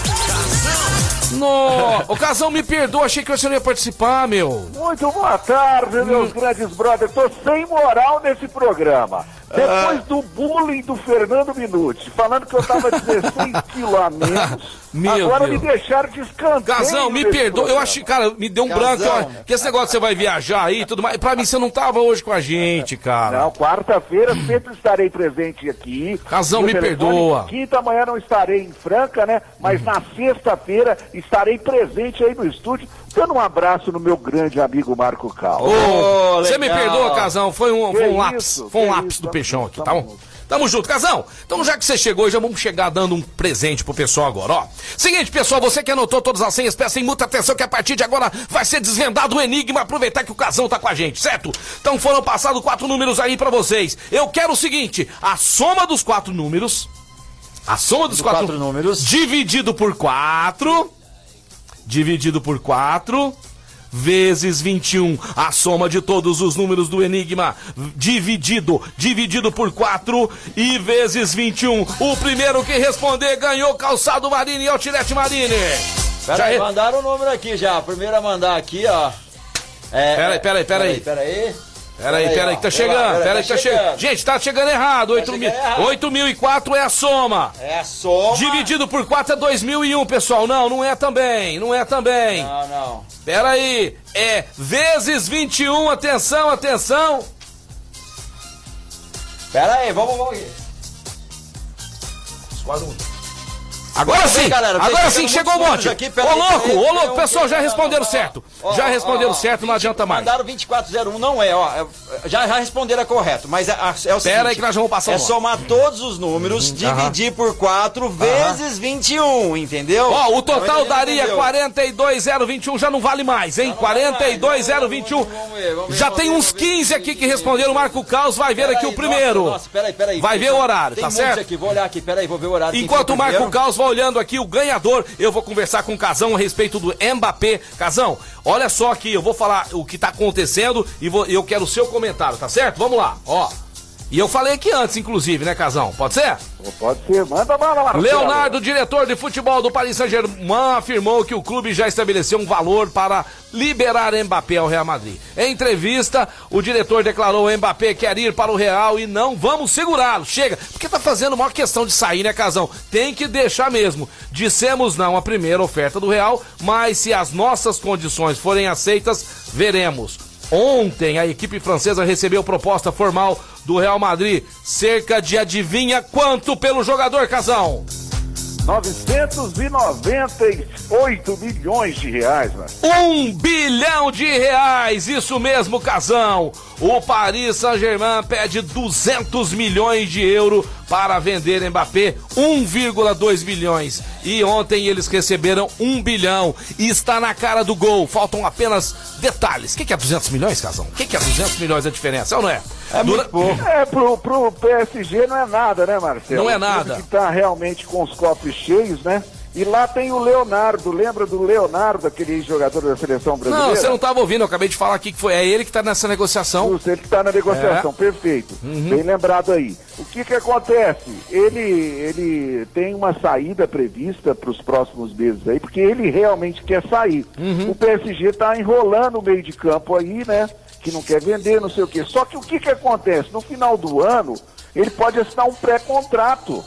Speaker 3: Não, o Casão me perdoa, achei que você não ia participar, meu.
Speaker 6: Muito boa tarde, meus hum. grandes brothers. Tô sem moral nesse programa. Depois ah. do bullying do Fernando Minuti, falando que eu tava dezesseis quilos a menos, Meu agora Deus. me deixaram de escanteio.
Speaker 3: Casão, me perdoa, eu achei, cara, me deu um Casão. branco, eu, que esse negócio você vai viajar aí e tudo mais, pra mim você não tava hoje com a gente, cara.
Speaker 6: Não, quarta-feira sempre estarei presente aqui.
Speaker 3: Casão, me perdoa.
Speaker 6: Quinta manhã não estarei em Franca, né, mas hum. na sexta-feira estarei presente aí no estúdio, dando um abraço no meu grande amigo Marco Cal.
Speaker 3: Oh, você me perdoa, Casão, foi um, foi um lápis, foi um lápis do Peixão aqui, tá bom? Tamo junto, Casão. Então, já que você chegou, já vamos chegar dando um presente pro pessoal agora, ó. Seguinte, pessoal, você que anotou todas as senhas, peça muita atenção que a partir de agora vai ser desvendado o enigma, aproveitar que o Casão tá com a gente, certo? Então foram passados quatro números aí pra vocês. Eu quero o seguinte, a soma dos quatro números, a soma dos quatro,
Speaker 2: quatro números,
Speaker 3: dividido por quatro, dividido por quatro... vezes vinte e um, a soma de todos os números do enigma, dividido, dividido por quatro e vezes vinte e um. O primeiro que responder ganhou calçado Marine e Altirete Marine.
Speaker 2: Pera aí, re... mandaram o número aqui já. Primeiro a mandar aqui, ó. É,
Speaker 3: peraí, peraí, peraí.
Speaker 2: Peraí,
Speaker 3: Peraí, peraí, que tá chegando, peraí, que tá chegando. Gente, tá chegando errado. oito mil e quatro é a soma.
Speaker 2: É a soma.
Speaker 3: Dividido por quatro é dois mil e um, pessoal. Não, não é também, não é também.
Speaker 2: Não, não.
Speaker 3: Pera aí, é vezes vinte e um, atenção, atenção.
Speaker 2: Pera aí, vamos, vamos aqui.
Speaker 3: Agora sim, galera, agora sim, chegou um monte.
Speaker 2: Aqui,
Speaker 3: ô louco, ô louco, pessoal, já responderam certo. Já responderam certo, não adianta mais.
Speaker 2: Mandaram vinte e quatro zero um, não é, ó. Já, já responderam correto, mas é, é o seguinte.
Speaker 3: Pera aí que nós vamos passar o
Speaker 2: É somar todos os números, dividir por quatro vezes vinte e um, entendeu?
Speaker 3: Ó, o total daria quarenta e dois mil e vinte e um, já não vale mais, hein? quarenta e dois mil e vinte e um. Já tem uns quinze aqui que responderam. O Marco Caos vai ver aqui o primeiro.
Speaker 2: Nossa, peraí, peraí.
Speaker 3: Vai ver o horário, tá certo?
Speaker 2: Aqui, vou olhar aqui, peraí, vou ver o horário.
Speaker 3: Enquanto o Marco Caos vai olhando aqui o ganhador, eu vou conversar com o Casão a respeito do Mbappé. Casão, olha só aqui, eu vou falar o que tá acontecendo e vou, eu quero o seu comentário, tá certo? Vamos lá, ó. E eu falei aqui antes, inclusive, né, Casão? Pode ser?
Speaker 6: Pode ser, manda bala, Marcelo.
Speaker 3: Leonardo, diretor de futebol do Paris Saint-Germain, afirmou que o clube já estabeleceu um valor para liberar Mbappé ao Real Madrid. Em entrevista, o diretor declarou: Mbappé quer ir para o Real e não vamos segurá-lo. Chega, porque tá fazendo maior questão de sair, né, Casão? Tem que deixar mesmo. Dissemos não à primeira oferta do Real, mas se as nossas condições forem aceitas, veremos. Ontem, a equipe francesa recebeu proposta formal do Real Madrid, cerca de, adivinha quanto pelo jogador, Casão?
Speaker 6: novecentos e noventa e oito milhões de reais, mano.
Speaker 3: Um bilhão de reais, isso mesmo, Casão. O Paris Saint-Germain pede duzentos milhões de euros para vender Mbappé, um vírgula dois bilhões. E ontem eles receberam um bilhão. E está na cara do gol. Faltam apenas detalhes. O que, que é duzentos milhões, Casão? O que, que é duzentos milhões a diferença, ou não é?
Speaker 6: É muito Dura... pouco. É, pro, pro P S G não é nada, né, Marcelo?
Speaker 3: Não é nada.
Speaker 6: Que tá realmente com os copos cheios, né? E lá tem o Leonardo, lembra do Leonardo, aquele jogador da seleção brasileira?
Speaker 3: Não, você não estava ouvindo, eu acabei de falar aqui que foi, é ele que está nessa negociação.
Speaker 6: Justo, ele que está na negociação, é. Perfeito, uhum. Bem lembrado aí. O que que acontece? Ele, ele tem uma saída prevista para os próximos meses aí, porque ele realmente quer sair. Uhum. O P S G está enrolando o meio de campo aí, né? Que não quer vender, não sei o quê. Só que o que que acontece? No final do ano, ele pode assinar um pré-contrato.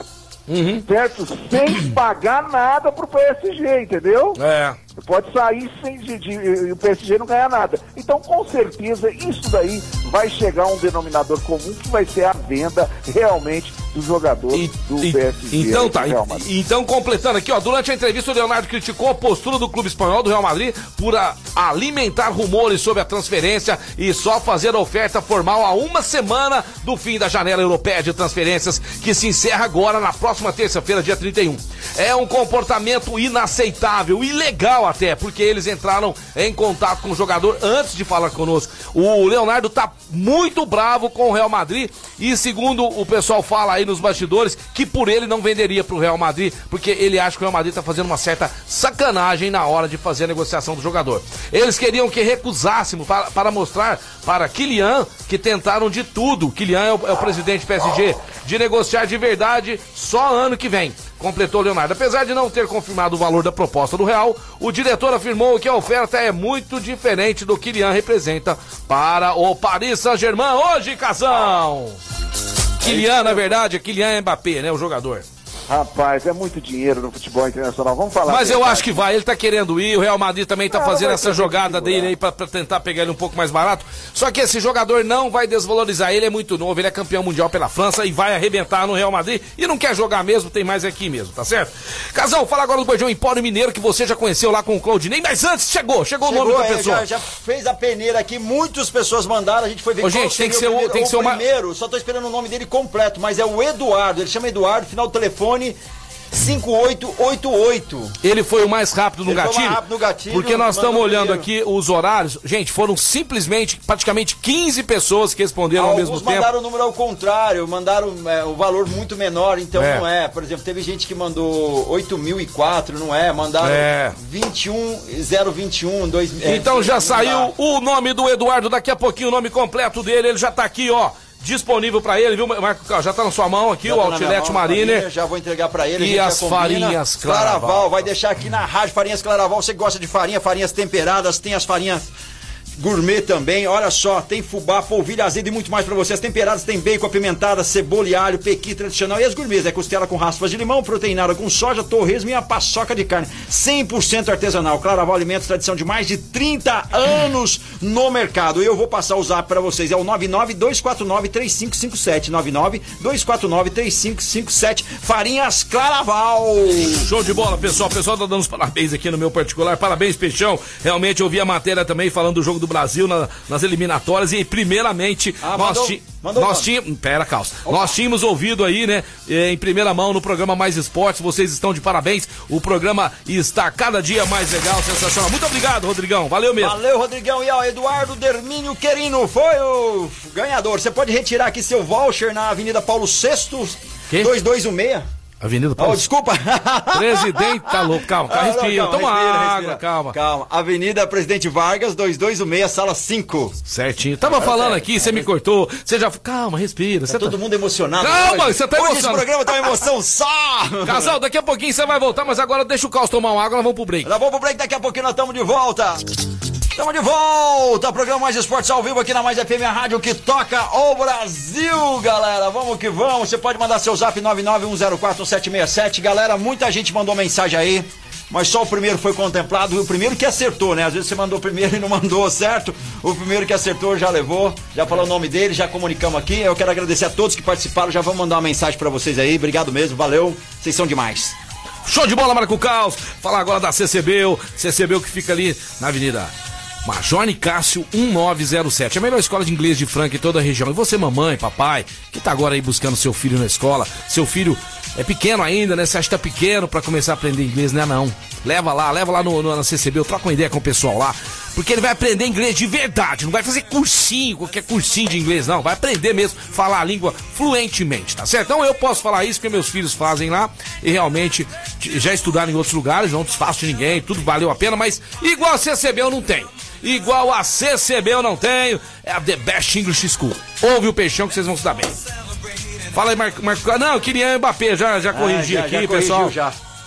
Speaker 6: uhum. certo? Sem pagar nada pro P S G, entendeu?
Speaker 3: É.
Speaker 6: Pode sair sem de, de, e o P S G não ganhar nada. Então, com certeza, isso daí vai chegar a um denominador comum que vai ser a venda realmente dos jogadores e, do
Speaker 3: e,
Speaker 6: P S G.
Speaker 3: Então tá, e, então completando aqui, ó, durante a entrevista o Leonardo criticou a postura do clube espanhol do Real Madrid por a, alimentar rumores sobre a transferência e só fazer a oferta formal a uma semana do fim da janela europeia de transferências, que se encerra agora na próxima terça-feira, dia trinta e um. É um comportamento inaceitável, ilegal até, porque eles entraram em contato com o jogador antes de falar conosco. O Leonardo tá muito bravo com o Real Madrid e, segundo o pessoal fala aí nos bastidores, que por ele não venderia pro Real Madrid, porque ele acha que o Real Madrid tá fazendo uma certa sacanagem na hora de fazer a negociação do jogador. Eles queriam que recusássemos para, para mostrar para Kylian que tentaram de tudo. Kylian é o, é o presidente do P S G, de negociar de verdade só ano que vem. Completou Leonardo. Apesar de não ter confirmado o valor da proposta do Real, o diretor afirmou que a oferta é muito diferente do que Kylian representa para o Paris Saint-Germain hoje, Casão. Kylian, na verdade, é Kylian Mbappé, né, o jogador.
Speaker 6: Rapaz, é muito dinheiro no futebol internacional, vamos falar.
Speaker 3: Mas eu acho que vai, ele tá querendo ir, o Real Madrid também tá
Speaker 6: ah,
Speaker 3: fazendo essa jogada dele aí pra, pra tentar pegar ele um pouco mais barato. Só que esse jogador não vai desvalorizar, ele é muito novo, ele é campeão mundial pela França e vai arrebentar no Real Madrid e não quer jogar mesmo, tem mais aqui mesmo, tá certo? Casão, fala agora do Bojão Empório Mineiro, que você já conheceu lá com o Claudinei, mas antes chegou, chegou, chegou o nome da é, pessoa.
Speaker 2: Já, já fez a peneira aqui, muitas pessoas mandaram, a gente foi ver.
Speaker 3: Ô, gente, tem que ser o, tem que ser
Speaker 2: o primeiro, uma... só tô esperando o nome dele completo, mas é o Eduardo, ele chama Eduardo, final do telefone cinco oito oito oito.
Speaker 3: Ele foi o mais rápido no,
Speaker 2: Ele
Speaker 3: gatilho,
Speaker 2: foi mais rápido no gatilho.
Speaker 3: Porque nós estamos olhando aqui os horários. Gente, foram simplesmente praticamente quinze pessoas que responderam
Speaker 2: Alguns
Speaker 3: ao mesmo tempo.
Speaker 2: Alguns mandaram o número ao contrário, mandaram é, o valor muito menor, então é. não é. Por exemplo, teve gente que mandou oito mil e quatro, não é? Mandaram
Speaker 3: é.
Speaker 2: vinte e um zero vinte e um dois mil.
Speaker 3: Então é, já saiu o nome do Eduardo, daqui a pouquinho o nome completo dele, ele já tá aqui, ó. Disponível pra ele, viu, Marco? Já tá na sua mão aqui, já o tá Outlet Mariner.
Speaker 2: Já vou entregar pra ele.
Speaker 3: E as farinhas Claraval.
Speaker 2: Claraval. Vai deixar aqui na rádio farinhas Claraval. Você gosta de farinha, farinhas temperadas, tem as farinhas gourmet também. Olha só, tem fubá, polvilho, azedo e muito mais pra você. As temperadas tem bacon, apimentada, cebola e alho, pequi tradicional. E as gourmets, é costela com raspas de limão, proteinada com soja, torresmo e a paçoca de carne. cem por cento artesanal. Claraval Alimentos, tradição de mais de trinta anos no mercado. E eu vou passar o zap pra vocês. É o nove nove dois quatro nove três cinco cinco sete. nove nove dois quatro nove três cinco cinco sete. Farinhas Claraval.
Speaker 3: Show de bola, pessoal. O pessoal tá dando os parabéns aqui no meu particular. Parabéns, Peixão. Realmente eu vi a matéria também falando do jogo do Brasil na, nas eliminatórias e primeiramente ah, nós, mandou, ti, mandou nós tínhamos, pera, calça, Opa. nós tínhamos ouvido aí, né, em primeira mão no programa Mais Esportes, vocês estão de parabéns, o programa está cada dia mais legal, sensacional. Muito obrigado, Rodrigão, valeu mesmo.
Speaker 2: Valeu, Rodrigão. E ó, Eduardo Dermínio Querino foi o ganhador. Você pode retirar aqui seu voucher na Avenida Paulo sexto, dois dois um seis.
Speaker 3: Avenida Paulo.
Speaker 2: Oh, desculpa.
Speaker 3: Presidente, tá louco, calma, calma, ah, respira, calma, toma respira, água, respira. calma.
Speaker 2: Calma, Avenida Presidente Vargas, dois dois um seis, sala cinco.
Speaker 3: Certinho. Tava tá falando certo. aqui, você me cortou, você já... Calma, respira.
Speaker 2: Tá todo tá... mundo emocionado.
Speaker 3: Calma, você tá emocionado.
Speaker 2: Hoje esse programa tá uma emoção só.
Speaker 3: Casal, daqui a pouquinho você vai voltar, mas agora deixa o Caos tomar uma água, nós vamos pro break.
Speaker 2: Nós vamos pro break, daqui a pouquinho nós estamos de volta. Estamos de volta, programa Mais Esportes ao vivo aqui na Mais F M, a rádio que toca o Brasil, galera. Vamos que vamos, você pode mandar seu zap nove nove um zero quatro sete seis sete. Galera, muita gente mandou mensagem aí, mas só o primeiro foi contemplado, o primeiro que acertou, né? Às vezes você mandou o primeiro e não mandou, certo? O primeiro que acertou já levou, já falou o nome dele, já comunicamos aqui. Eu quero agradecer a todos que participaram, já vamos mandar uma mensagem pra vocês aí, obrigado mesmo, valeu, vocês são demais.
Speaker 3: Show de bola, Marco Caos. Falar agora da C C B U, C C B U que fica ali na Avenida Major Nicásio um nove zero sete, a melhor escola de inglês de Franca em toda a região. E você, mamãe, papai, que tá agora aí buscando seu filho na escola, seu filho é pequeno ainda, né? Você acha que tá pequeno pra começar a aprender inglês, né? Não. Leva lá, leva lá no, no, na C C B, eu troco uma ideia com o pessoal lá, porque ele vai aprender inglês de verdade, não vai fazer cursinho, qualquer cursinho de inglês, não. Vai aprender mesmo, falar a língua fluentemente, tá certo? Então eu posso falar isso porque meus filhos fazem lá e realmente já estudaram em outros lugares, não desfaço de ninguém, tudo valeu a pena, mas igual a C C B eu não tenho. Igual a C C B eu não tenho, é a The Best English School. Ouve o Peixão que vocês vão se dar bem. Fala aí, Marco. Marco... Não, eu queria Mbappé, já, já corrigi ah, já, aqui,
Speaker 2: já
Speaker 3: pessoal.
Speaker 2: Já.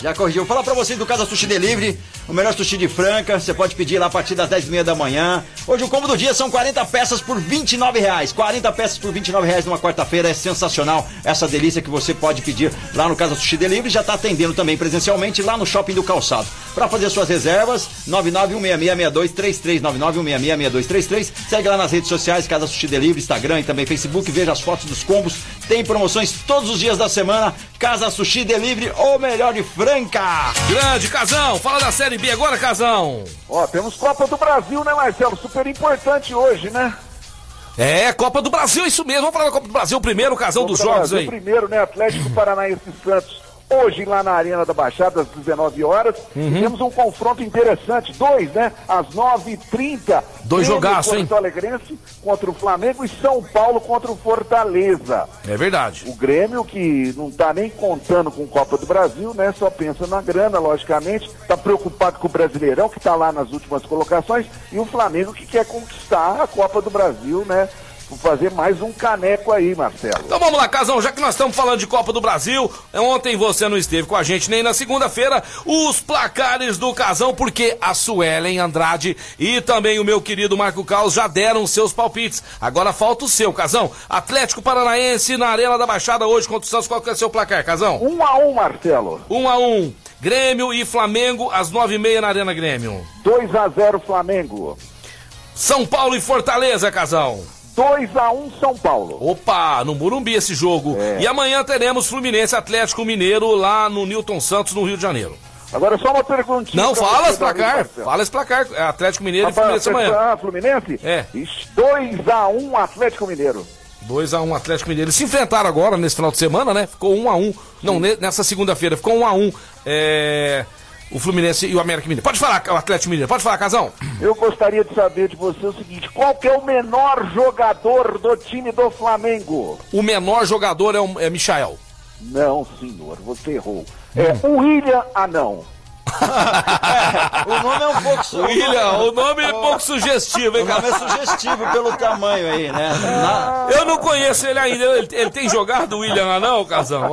Speaker 2: Já corrigiu. Vou falar pra vocês do Casa Sushi Delivery, o melhor sushi de Franca. Você pode pedir lá a partir das dez e meia da manhã. Hoje o combo do dia são quarenta peças por vinte e nove reais. quarenta peças por vinte e nove reais numa quarta-feira. É sensacional essa delícia que você pode pedir lá no Casa Sushi Delivery. Já tá atendendo também presencialmente lá no Shopping do Calçado. Pra fazer suas reservas, nove nove um seis seis seis dois três três, nove nove um seis seis seis dois três três. Segue lá nas redes sociais, Casa Sushi Delivery, Instagram e também Facebook. Veja as fotos dos combos. Tem promoções todos os dias da semana. Casa Sushi Delivery, o melhor de Franca.
Speaker 3: Grande, Casão. Fala da Série B agora, Casão.
Speaker 6: Ó, temos Copa do Brasil, né, Marcelo? Super importante hoje, né?
Speaker 3: É, Copa do Brasil, isso mesmo. Vamos falar da Copa do Brasil primeiro, o Casão dos jogos aí.
Speaker 6: Primeiro, né, Atlético Paranaense e Santos. Hoje, lá na Arena da Baixada, às dezenove horas, uhum. temos um confronto interessante. Dois, né? Às nove e trinta.
Speaker 3: Dois jogaços, hein?
Speaker 6: Porto Alegrense contra o Flamengo e São Paulo contra o Fortaleza.
Speaker 3: É verdade.
Speaker 6: O Grêmio, que não tá nem contando com Copa do Brasil, né? Só pensa na grana, logicamente. Tá preocupado com o Brasileirão, que tá lá nas últimas colocações. E o Flamengo, que quer conquistar a Copa do Brasil, né? Vou fazer mais um caneco aí, Marcelo.
Speaker 3: Então vamos lá, Casão, já que nós estamos falando de Copa do Brasil, ontem você não esteve com a gente nem na segunda-feira, os placares do Casão, porque a Suelen Andrade e também o meu querido Marco Caos já deram seus palpites. Agora falta o seu, Casão. Atlético Paranaense na Arena da Baixada hoje contra o Santos, qual que é o seu placar, Casão?
Speaker 6: Um a um, Marcelo.
Speaker 3: Um a um. Grêmio e Flamengo às nove e meia na Arena Grêmio.
Speaker 6: Dois a zero Flamengo.
Speaker 3: São Paulo e Fortaleza, Casão.
Speaker 6: dois a um São Paulo.
Speaker 3: Opa, no Morumbi esse jogo. É. E amanhã teremos Fluminense Atlético Mineiro lá no Newton Santos, no Rio de Janeiro.
Speaker 6: Agora só uma perguntinha.
Speaker 3: Não, fala esse placar. Fala esse placar. Atlético Mineiro ah, e Fluminense amanhã.
Speaker 6: Ah, Fluminense?
Speaker 3: É.
Speaker 6: dois a um Atlético Mineiro.
Speaker 3: dois a um Atlético Mineiro. Eles se enfrentaram agora nesse final de semana, né? Ficou um a um. Não, nessa segunda-feira ficou um a um. É... O Fluminense e o América Mineiro. Pode falar, o Atlético Mineiro. Pode falar, Casão.
Speaker 6: Eu gostaria de saber de você o seguinte: qual que é o menor jogador do time do Flamengo?
Speaker 3: O menor jogador é o é Michael.
Speaker 6: Não, senhor, você errou. É o William Anão.
Speaker 2: É, o nome é um pouco sugestivo.
Speaker 3: William, o nome é um pouco sugestivo, hein,
Speaker 2: cara? O nome é sugestivo pelo tamanho aí, né? Na...
Speaker 3: Eu não conheço ele ainda. Ele, ele tem jogado o William Anão, Casão?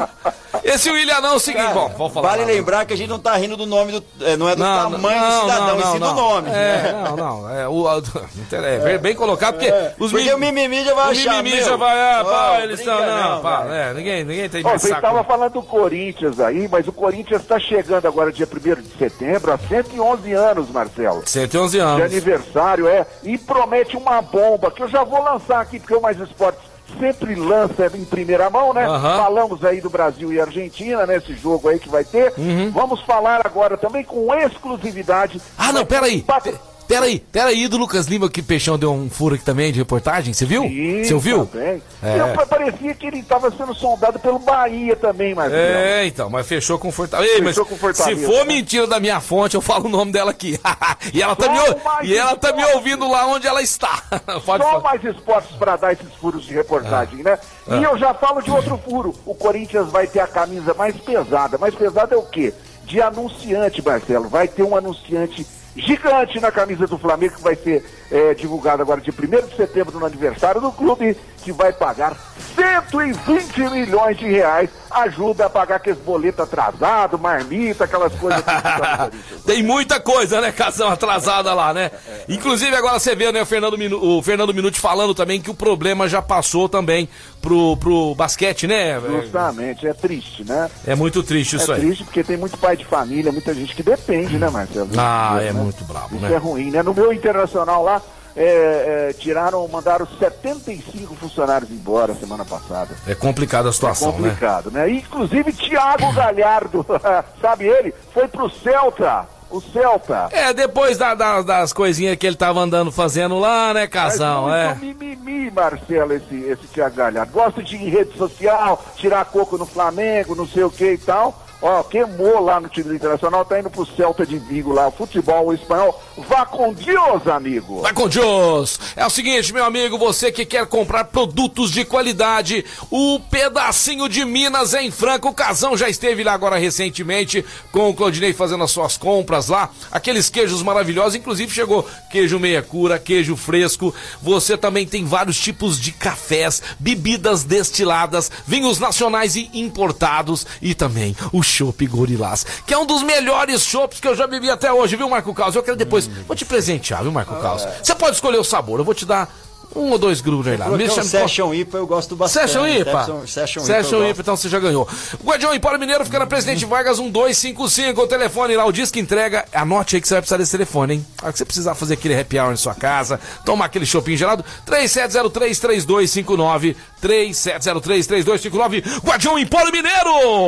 Speaker 3: Esse William Anão é o seguinte, cara, bom, vamos falar.
Speaker 2: Vale lá, lembrar não. que a gente não tá rindo do nome do. É, não é do não, tamanho não, do cidadão, não, e sim do nome.
Speaker 3: É,
Speaker 2: né?
Speaker 3: não, não. É, o, é, bem colocado, porque
Speaker 2: é,
Speaker 3: os
Speaker 2: porque mim, o mimimi já vai
Speaker 3: o
Speaker 2: achar.
Speaker 3: O mimimi já vai, ah, oh, pá, eles estão. Não, não, pá, é, ninguém, ninguém tem.
Speaker 6: Oh, você estava falando do Corinthians aí, mas o Corinthians está chegando agora dia primeiro de setembro, há cento e onze anos, Marcelo.
Speaker 3: cento e onze anos.
Speaker 6: De aniversário, é. E promete uma bomba, que eu já vou lançar aqui, porque o Mais Esportes sempre lança em primeira mão, né? Uhum. Falamos aí do Brasil e Argentina, né? Esse jogo aí que vai ter. Uhum. Vamos falar agora também com exclusividade.
Speaker 3: Ah, não, peraí. Pat... Peraí, peraí, do Lucas Lima, que Peixão deu um furo aqui também de reportagem, você viu? Você ouviu?
Speaker 6: Também. É. Eu, parecia que ele estava sendo sondado pelo Bahia também, Marcelo.
Speaker 3: É, então, mas fechou com Fortaleza. Ei, mas com Fortaleza, se for né? mentira da minha fonte, eu falo o nome dela aqui. e ela tá, me, e ela tá me ouvindo lá onde ela está.
Speaker 6: Pode Só falar. Mais esportes para dar esses furos de reportagem, ah. né? Ah. E eu já falo de outro furo. O Corinthians vai ter a camisa mais pesada. Mais pesada é o quê? De anunciante, Marcelo. Vai ter um anunciante gigante na camisa do Flamengo, que vai ser é, divulgado agora de primeiro de setembro no aniversário do clube, que vai pagar cento e vinte milhões de reais, ajuda a pagar aqueles boletos atrasados, marmita, aquelas coisas.
Speaker 3: Tem muita coisa, né, Casão, atrasada lá, né? Inclusive agora você vê, né, o Fernando, Minu, o Fernando Minuti falando também que o problema já passou também pro, pro basquete, né?
Speaker 6: Justamente, é triste, né?
Speaker 3: É muito triste isso
Speaker 6: é
Speaker 3: aí.
Speaker 6: É triste porque tem muito pai de família, muita gente que depende, né, Marcelo?
Speaker 3: Ah, é
Speaker 6: né?
Speaker 3: muito bravo,
Speaker 6: isso
Speaker 3: né?
Speaker 6: Isso é ruim, né? No meu internacional lá, É, é, tiraram, mandaram setenta e cinco funcionários embora semana passada.
Speaker 3: É complicada a situação,
Speaker 6: é complicado,
Speaker 3: né?
Speaker 6: né? Inclusive Thiago Galhardo, sabe ele? Foi pro Celta. O Celta.
Speaker 3: É, depois da, da, das coisinhas que ele tava andando fazendo lá, né, Casão?
Speaker 6: Mas
Speaker 3: é
Speaker 6: mimimi, Marcelo, esse, esse Thiago Galhardo. Gosta de ir em rede social, tirar coco no Flamengo, não sei o que e tal. Ó, queimou lá no time do Internacional, tá indo pro Celta de Vigo lá, o futebol espanhol. Vá com Deus, amigo!
Speaker 3: Vai com Deus! É o seguinte, meu amigo, você que quer comprar produtos de qualidade, o Pedacinho de Minas em Franca, o Casão já esteve lá agora recentemente com o Claudinei fazendo as suas compras lá, aqueles queijos maravilhosos, inclusive chegou queijo meia cura, queijo fresco, você também tem vários tipos de cafés, bebidas destiladas, vinhos nacionais e importados e também o chopp Gorilás, que é um dos melhores chopps que eu já bebi até hoje, viu, Marco Caos? Eu quero depois, hum, vou te presentear, viu, Marco Caos? Você pode escolher o sabor, eu vou te dar um ou dois gruders lá.
Speaker 2: Me chama... Session I P A eu gosto bastante.
Speaker 3: Session I P A?
Speaker 2: Session,
Speaker 3: Session I P A, então você já ganhou. O Guardião Empório Mineiro fica na Presidente Vargas um dois cinco cinco, o telefone lá, o disco entrega. Anote aí que você vai precisar desse telefone, hein? A hora que você precisar fazer aquele happy hour em sua casa, tomar aquele shopping gelado, três sete zero três, três dois cinco nove, três sete zero três, três dois cinco nove, Guardião Empório Mineiro!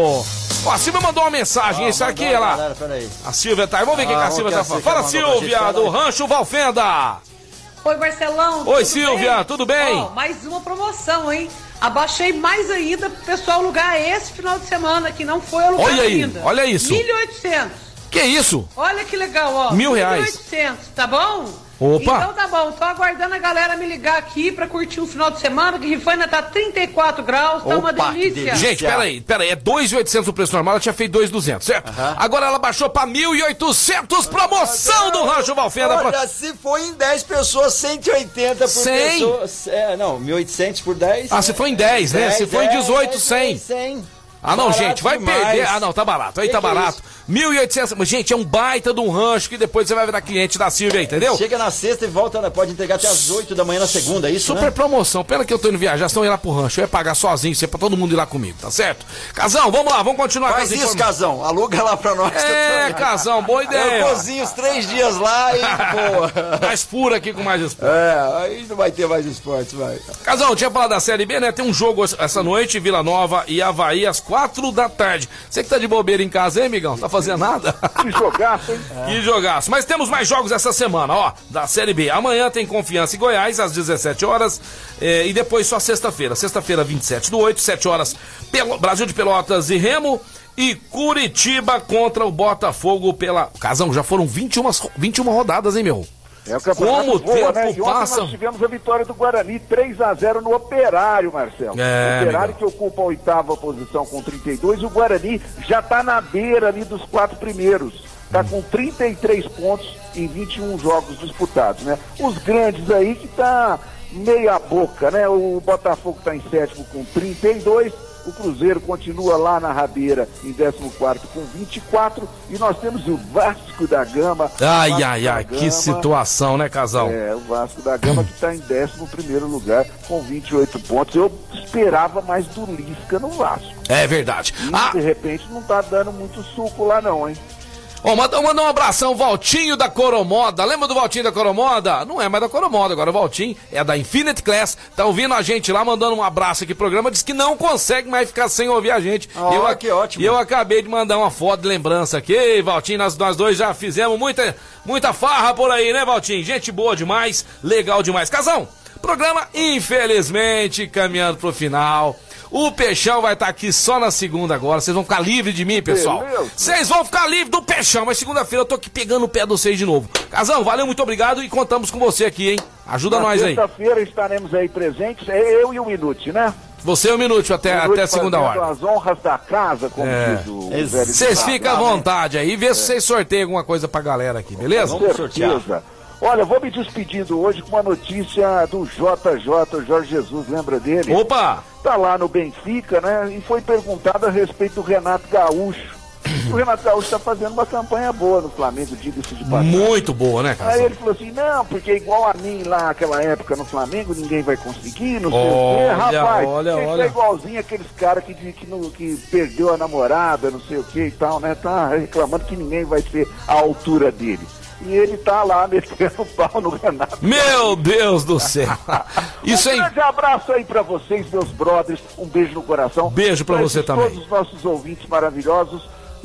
Speaker 3: Ó, a Silvia mandou uma mensagem, ah, isso aqui, olha lá. Galera, a Silvia tá aí, vamos ver o ah, que, que a Silvia tá falando. Fala, Silvia, do Rancho Valfenda.
Speaker 7: Oi, Marcelão.
Speaker 3: Oi, Silvia, bem? Tudo bem?
Speaker 7: Ó, mais uma promoção, hein? Abaixei mais ainda pro pessoal alugar esse final de semana, que não foi alugado
Speaker 3: olha aí,
Speaker 7: ainda.
Speaker 3: Olha isso.
Speaker 7: mil e oitocentos.
Speaker 3: Que isso?
Speaker 7: Olha que legal, ó.
Speaker 3: Mil reais.
Speaker 7: mil e oitocentos, tá bom?
Speaker 3: Opa.
Speaker 7: Então tá bom, tô aguardando a galera me ligar aqui pra curtir um final de semana, que Rifânia tá trinta e quatro graus, tá
Speaker 2: Opa,
Speaker 7: uma delícia.
Speaker 3: delícia. Gente, peraí, peraí, é dois mil e oitocentos o preço normal, ela tinha feito dois mil e duzentos, certo? Uh-huh. Agora ela baixou pra mil e oitocentos, promoção do Rancho Valfenda.
Speaker 2: Olha, se for em dez pessoas, cento e oitenta por
Speaker 3: cem?
Speaker 2: Pessoa. É, não, mil e oitocentos por dez.
Speaker 3: Ah, se for em dez, né? Se for em dezoito, cem. Ah, não, barato gente, vai demais. Perder. Ah, não, tá barato. Aí que tá que barato. É mil e oitocentos. Gente, é um baita de um rancho que depois você vai virar cliente da Silvia, entendeu?
Speaker 2: Chega na sexta e volta, né? Pode entregar até as oito da manhã na segunda, é isso,
Speaker 3: super
Speaker 2: né?
Speaker 3: Promoção. Pena que eu tô indo viajar, senão eu ia lá pro rancho. Eu ia pagar sozinho, isso é pra todo mundo ir lá comigo, tá certo? Casão, vamos lá, vamos continuar.
Speaker 2: Faz isso, informa... Casão. Aluga lá pra nós.
Speaker 3: É, Casão, boa ideia.
Speaker 2: Eu cozinho os três dias lá e boa.
Speaker 3: Mais pura aqui com mais esporte.
Speaker 2: É, aí não vai ter mais esporte, vai.
Speaker 3: Casão, tinha falado da Série B, né? Tem um jogo essa noite, Vila Nova e Avaí, às quatro da tarde. Você que tá de bobeira em casa, hein, amigão? Tá fazendo nada?
Speaker 6: Que jogaço, hein?
Speaker 3: É. Que jogaço. Mas temos mais jogos essa semana, ó, da Série B. Amanhã tem Confiança em Goiás, às dezessete horas, eh, e depois só sexta-feira. Sexta-feira, vinte e sete do oito, sete horas, Pel... Brasil de Pelotas e Remo, e Curitiba contra o Botafogo pela... Casão, já foram vinte e uma, vinte e uma rodadas, hein, meu?
Speaker 6: É o campeonato
Speaker 3: Como o
Speaker 6: boa,
Speaker 3: tempo
Speaker 6: né? E
Speaker 3: passa...
Speaker 6: ontem nós tivemos a vitória do Guarani, três a zero no Operário, Marcelo.
Speaker 3: É,
Speaker 6: o Operário
Speaker 3: amigo.
Speaker 6: que ocupa a oitava posição com trinta e dois, o Guarani já tá na beira ali dos quatro primeiros. Tá com trinta e três pontos em vinte e um jogos disputados, né? Os grandes aí que tá meia boca, né? O Botafogo tá em sétimo com trinta e dois, o Cruzeiro continua lá na rabeira em décimo quarto com vinte e quatro, e nós temos o Vasco da Gama.
Speaker 3: Ai,
Speaker 6: Vasco
Speaker 3: ai, ai,
Speaker 6: Gama,
Speaker 3: que situação, né, Casal?
Speaker 6: É, o Vasco da Gama que está em décimo primeiro lugar com vinte e oito pontos. Eu esperava mais do Lisca no Vasco.
Speaker 3: É verdade.
Speaker 6: E,
Speaker 3: ah.
Speaker 6: de repente não tá dando muito suco lá não, hein?
Speaker 3: Ó, oh, manda, manda um abração, Valtinho da Coromoda. Lembra do Valtinho da Coromoda? Não é mais da Coromoda, agora o Valtinho é da Infinite Class. Tá ouvindo a gente lá, mandando um abraço aqui pro programa. Diz que não consegue mais ficar sem ouvir a gente.
Speaker 2: Oh,
Speaker 3: eu,
Speaker 2: que ótimo.
Speaker 3: E eu acabei de mandar uma foto de lembrança aqui. Ei, Valtinho, nós, nós dois já fizemos muita, muita farra por aí, né, Valtinho? Gente boa demais, legal demais. Casão, programa, infelizmente, caminhando pro final. O Peixão vai estar tá aqui só na segunda agora. Vocês vão ficar livres de mim, pessoal. Vocês vão ficar livres do Peixão. Mas segunda-feira eu tô aqui pegando o pé de vocês de novo. Casão, valeu, muito obrigado e contamos com você aqui, hein? Ajuda
Speaker 6: na
Speaker 3: nós aí.
Speaker 6: Sexta-feira estaremos aí presentes. É eu e o Minute, né?
Speaker 3: Você é o Minute até, até a segunda hora.
Speaker 6: As honras da casa, como
Speaker 3: é.
Speaker 6: diz o velho.
Speaker 3: Vocês ficam à vontade aí. Vê é. se vocês sorteiam alguma coisa pra galera aqui, beleza?
Speaker 6: Com certeza. Olha, vou me despedindo hoje com uma notícia do J J, Jorge Jesus, lembra dele?
Speaker 3: Opa!
Speaker 6: Tá lá no Benfica, né? E foi perguntado a respeito do Renato Gaúcho. O Renato Gaúcho tá fazendo uma campanha boa no Flamengo, diga-se de passagem.
Speaker 3: Muito boa, né, cara?
Speaker 6: Aí ele falou assim, não, porque igual a mim lá naquela época no Flamengo, ninguém vai conseguir, não sei
Speaker 3: olha,
Speaker 6: o quê. Rapaz,
Speaker 3: olha,
Speaker 6: ele
Speaker 3: olha.
Speaker 6: é igualzinho aqueles caras que, que, que, que perdeu a namorada, não sei o que e tal, né? Tá reclamando que ninguém vai ser à altura dele. E ele tá lá metendo o pau no Renato.
Speaker 3: Meu Deus do céu. Isso
Speaker 6: um
Speaker 3: aí.
Speaker 6: grande abraço aí pra vocês, meus brothers. Um beijo no coração.
Speaker 3: Beijo pra, pra você também.
Speaker 6: Todos os nossos ouvintes maravilhosos.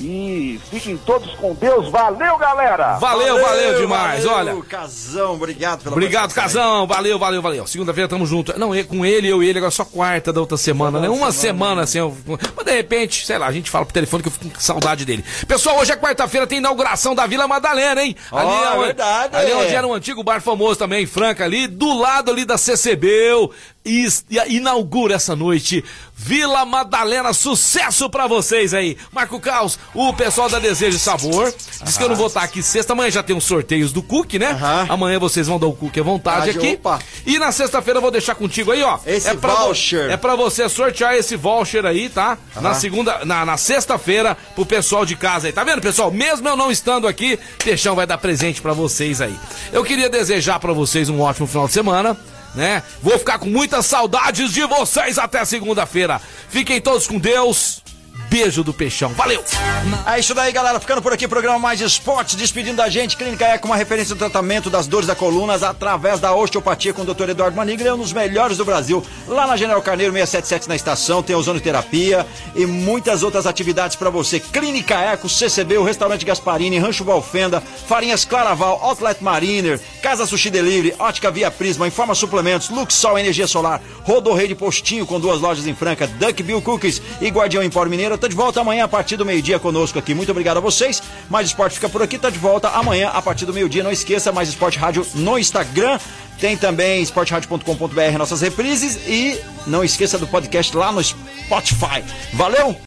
Speaker 6: E fiquem todos com Deus. Valeu, galera!
Speaker 3: Valeu, valeu, valeu demais.
Speaker 2: Valeu,
Speaker 3: olha.
Speaker 2: Casão, obrigado pela
Speaker 3: Obrigado, Casão. Valeu, valeu, valeu. Segunda-feira tamo junto. Não, com ele, eu e ele, agora só quarta da outra semana, né? Uma semana, semana assim. Eu... Mas de repente, sei lá, a gente fala pro telefone que eu fico com saudade dele. Pessoal, hoje é quarta-feira, tem inauguração da Vila Madalena, hein?
Speaker 2: Oh,
Speaker 3: ali é
Speaker 2: verdade.
Speaker 3: Ali é onde era um antigo bar famoso também, em Franca, ali, do lado ali da C C B. e inaugura essa noite Vila Madalena, sucesso pra vocês aí. Marco Caos, o pessoal da Desejo e Sabor, diz que eu não vou estar aqui sexta, amanhã já tem os sorteios do cookie, né? Aham. Amanhã vocês vão dar o cookie à vontade aqui. Opa. E na sexta-feira eu vou deixar contigo aí, ó.
Speaker 2: Esse
Speaker 3: é pra
Speaker 2: voucher.
Speaker 3: Vo- é pra você sortear esse voucher aí, tá? Aham. Na segunda, na, na sexta-feira, pro pessoal de casa aí. Tá vendo, pessoal? Mesmo eu não estando aqui, Peixão vai dar presente pra vocês aí. Eu queria desejar pra vocês um ótimo final de semana, né? Vou ficar com muitas saudades de vocês até segunda-feira. Fiquem todos com Deus. Beijo do Peixão. Valeu!
Speaker 2: É isso daí, galera. Ficando por aqui, programa Mais Esportes. Despedindo da gente, Clínica Eco, uma referência no tratamento das dores da coluna através da osteopatia com o doutor Eduardo Maniglia, um dos melhores do Brasil. Lá na General Carneiro seiscentos e setenta e sete na estação, tem ozonoterapia e muitas outras atividades pra você. Clínica Eco, C C B, o Restaurante Gasparini, Rancho Valfenda, Farinhas Claraval, Outlet Mariner, Casa Sushi Delivery, Ótica Via Prisma, Informa Suplementos, Luxol Energia Solar, Rodorrei Postinho com duas lojas em Franca, Duck Bill Cookies e Guardião Empório Mineiro. Tá de volta amanhã a partir do meio-dia conosco aqui. Muito obrigado a vocês. Mais Esporte fica por aqui, tá de volta amanhã a partir do meio-dia. Não esqueça, Mais Esporte Rádio no Instagram. Tem também esporte rádio ponto com ponto b r nossas reprises e não esqueça do podcast lá no Spotify. Valeu!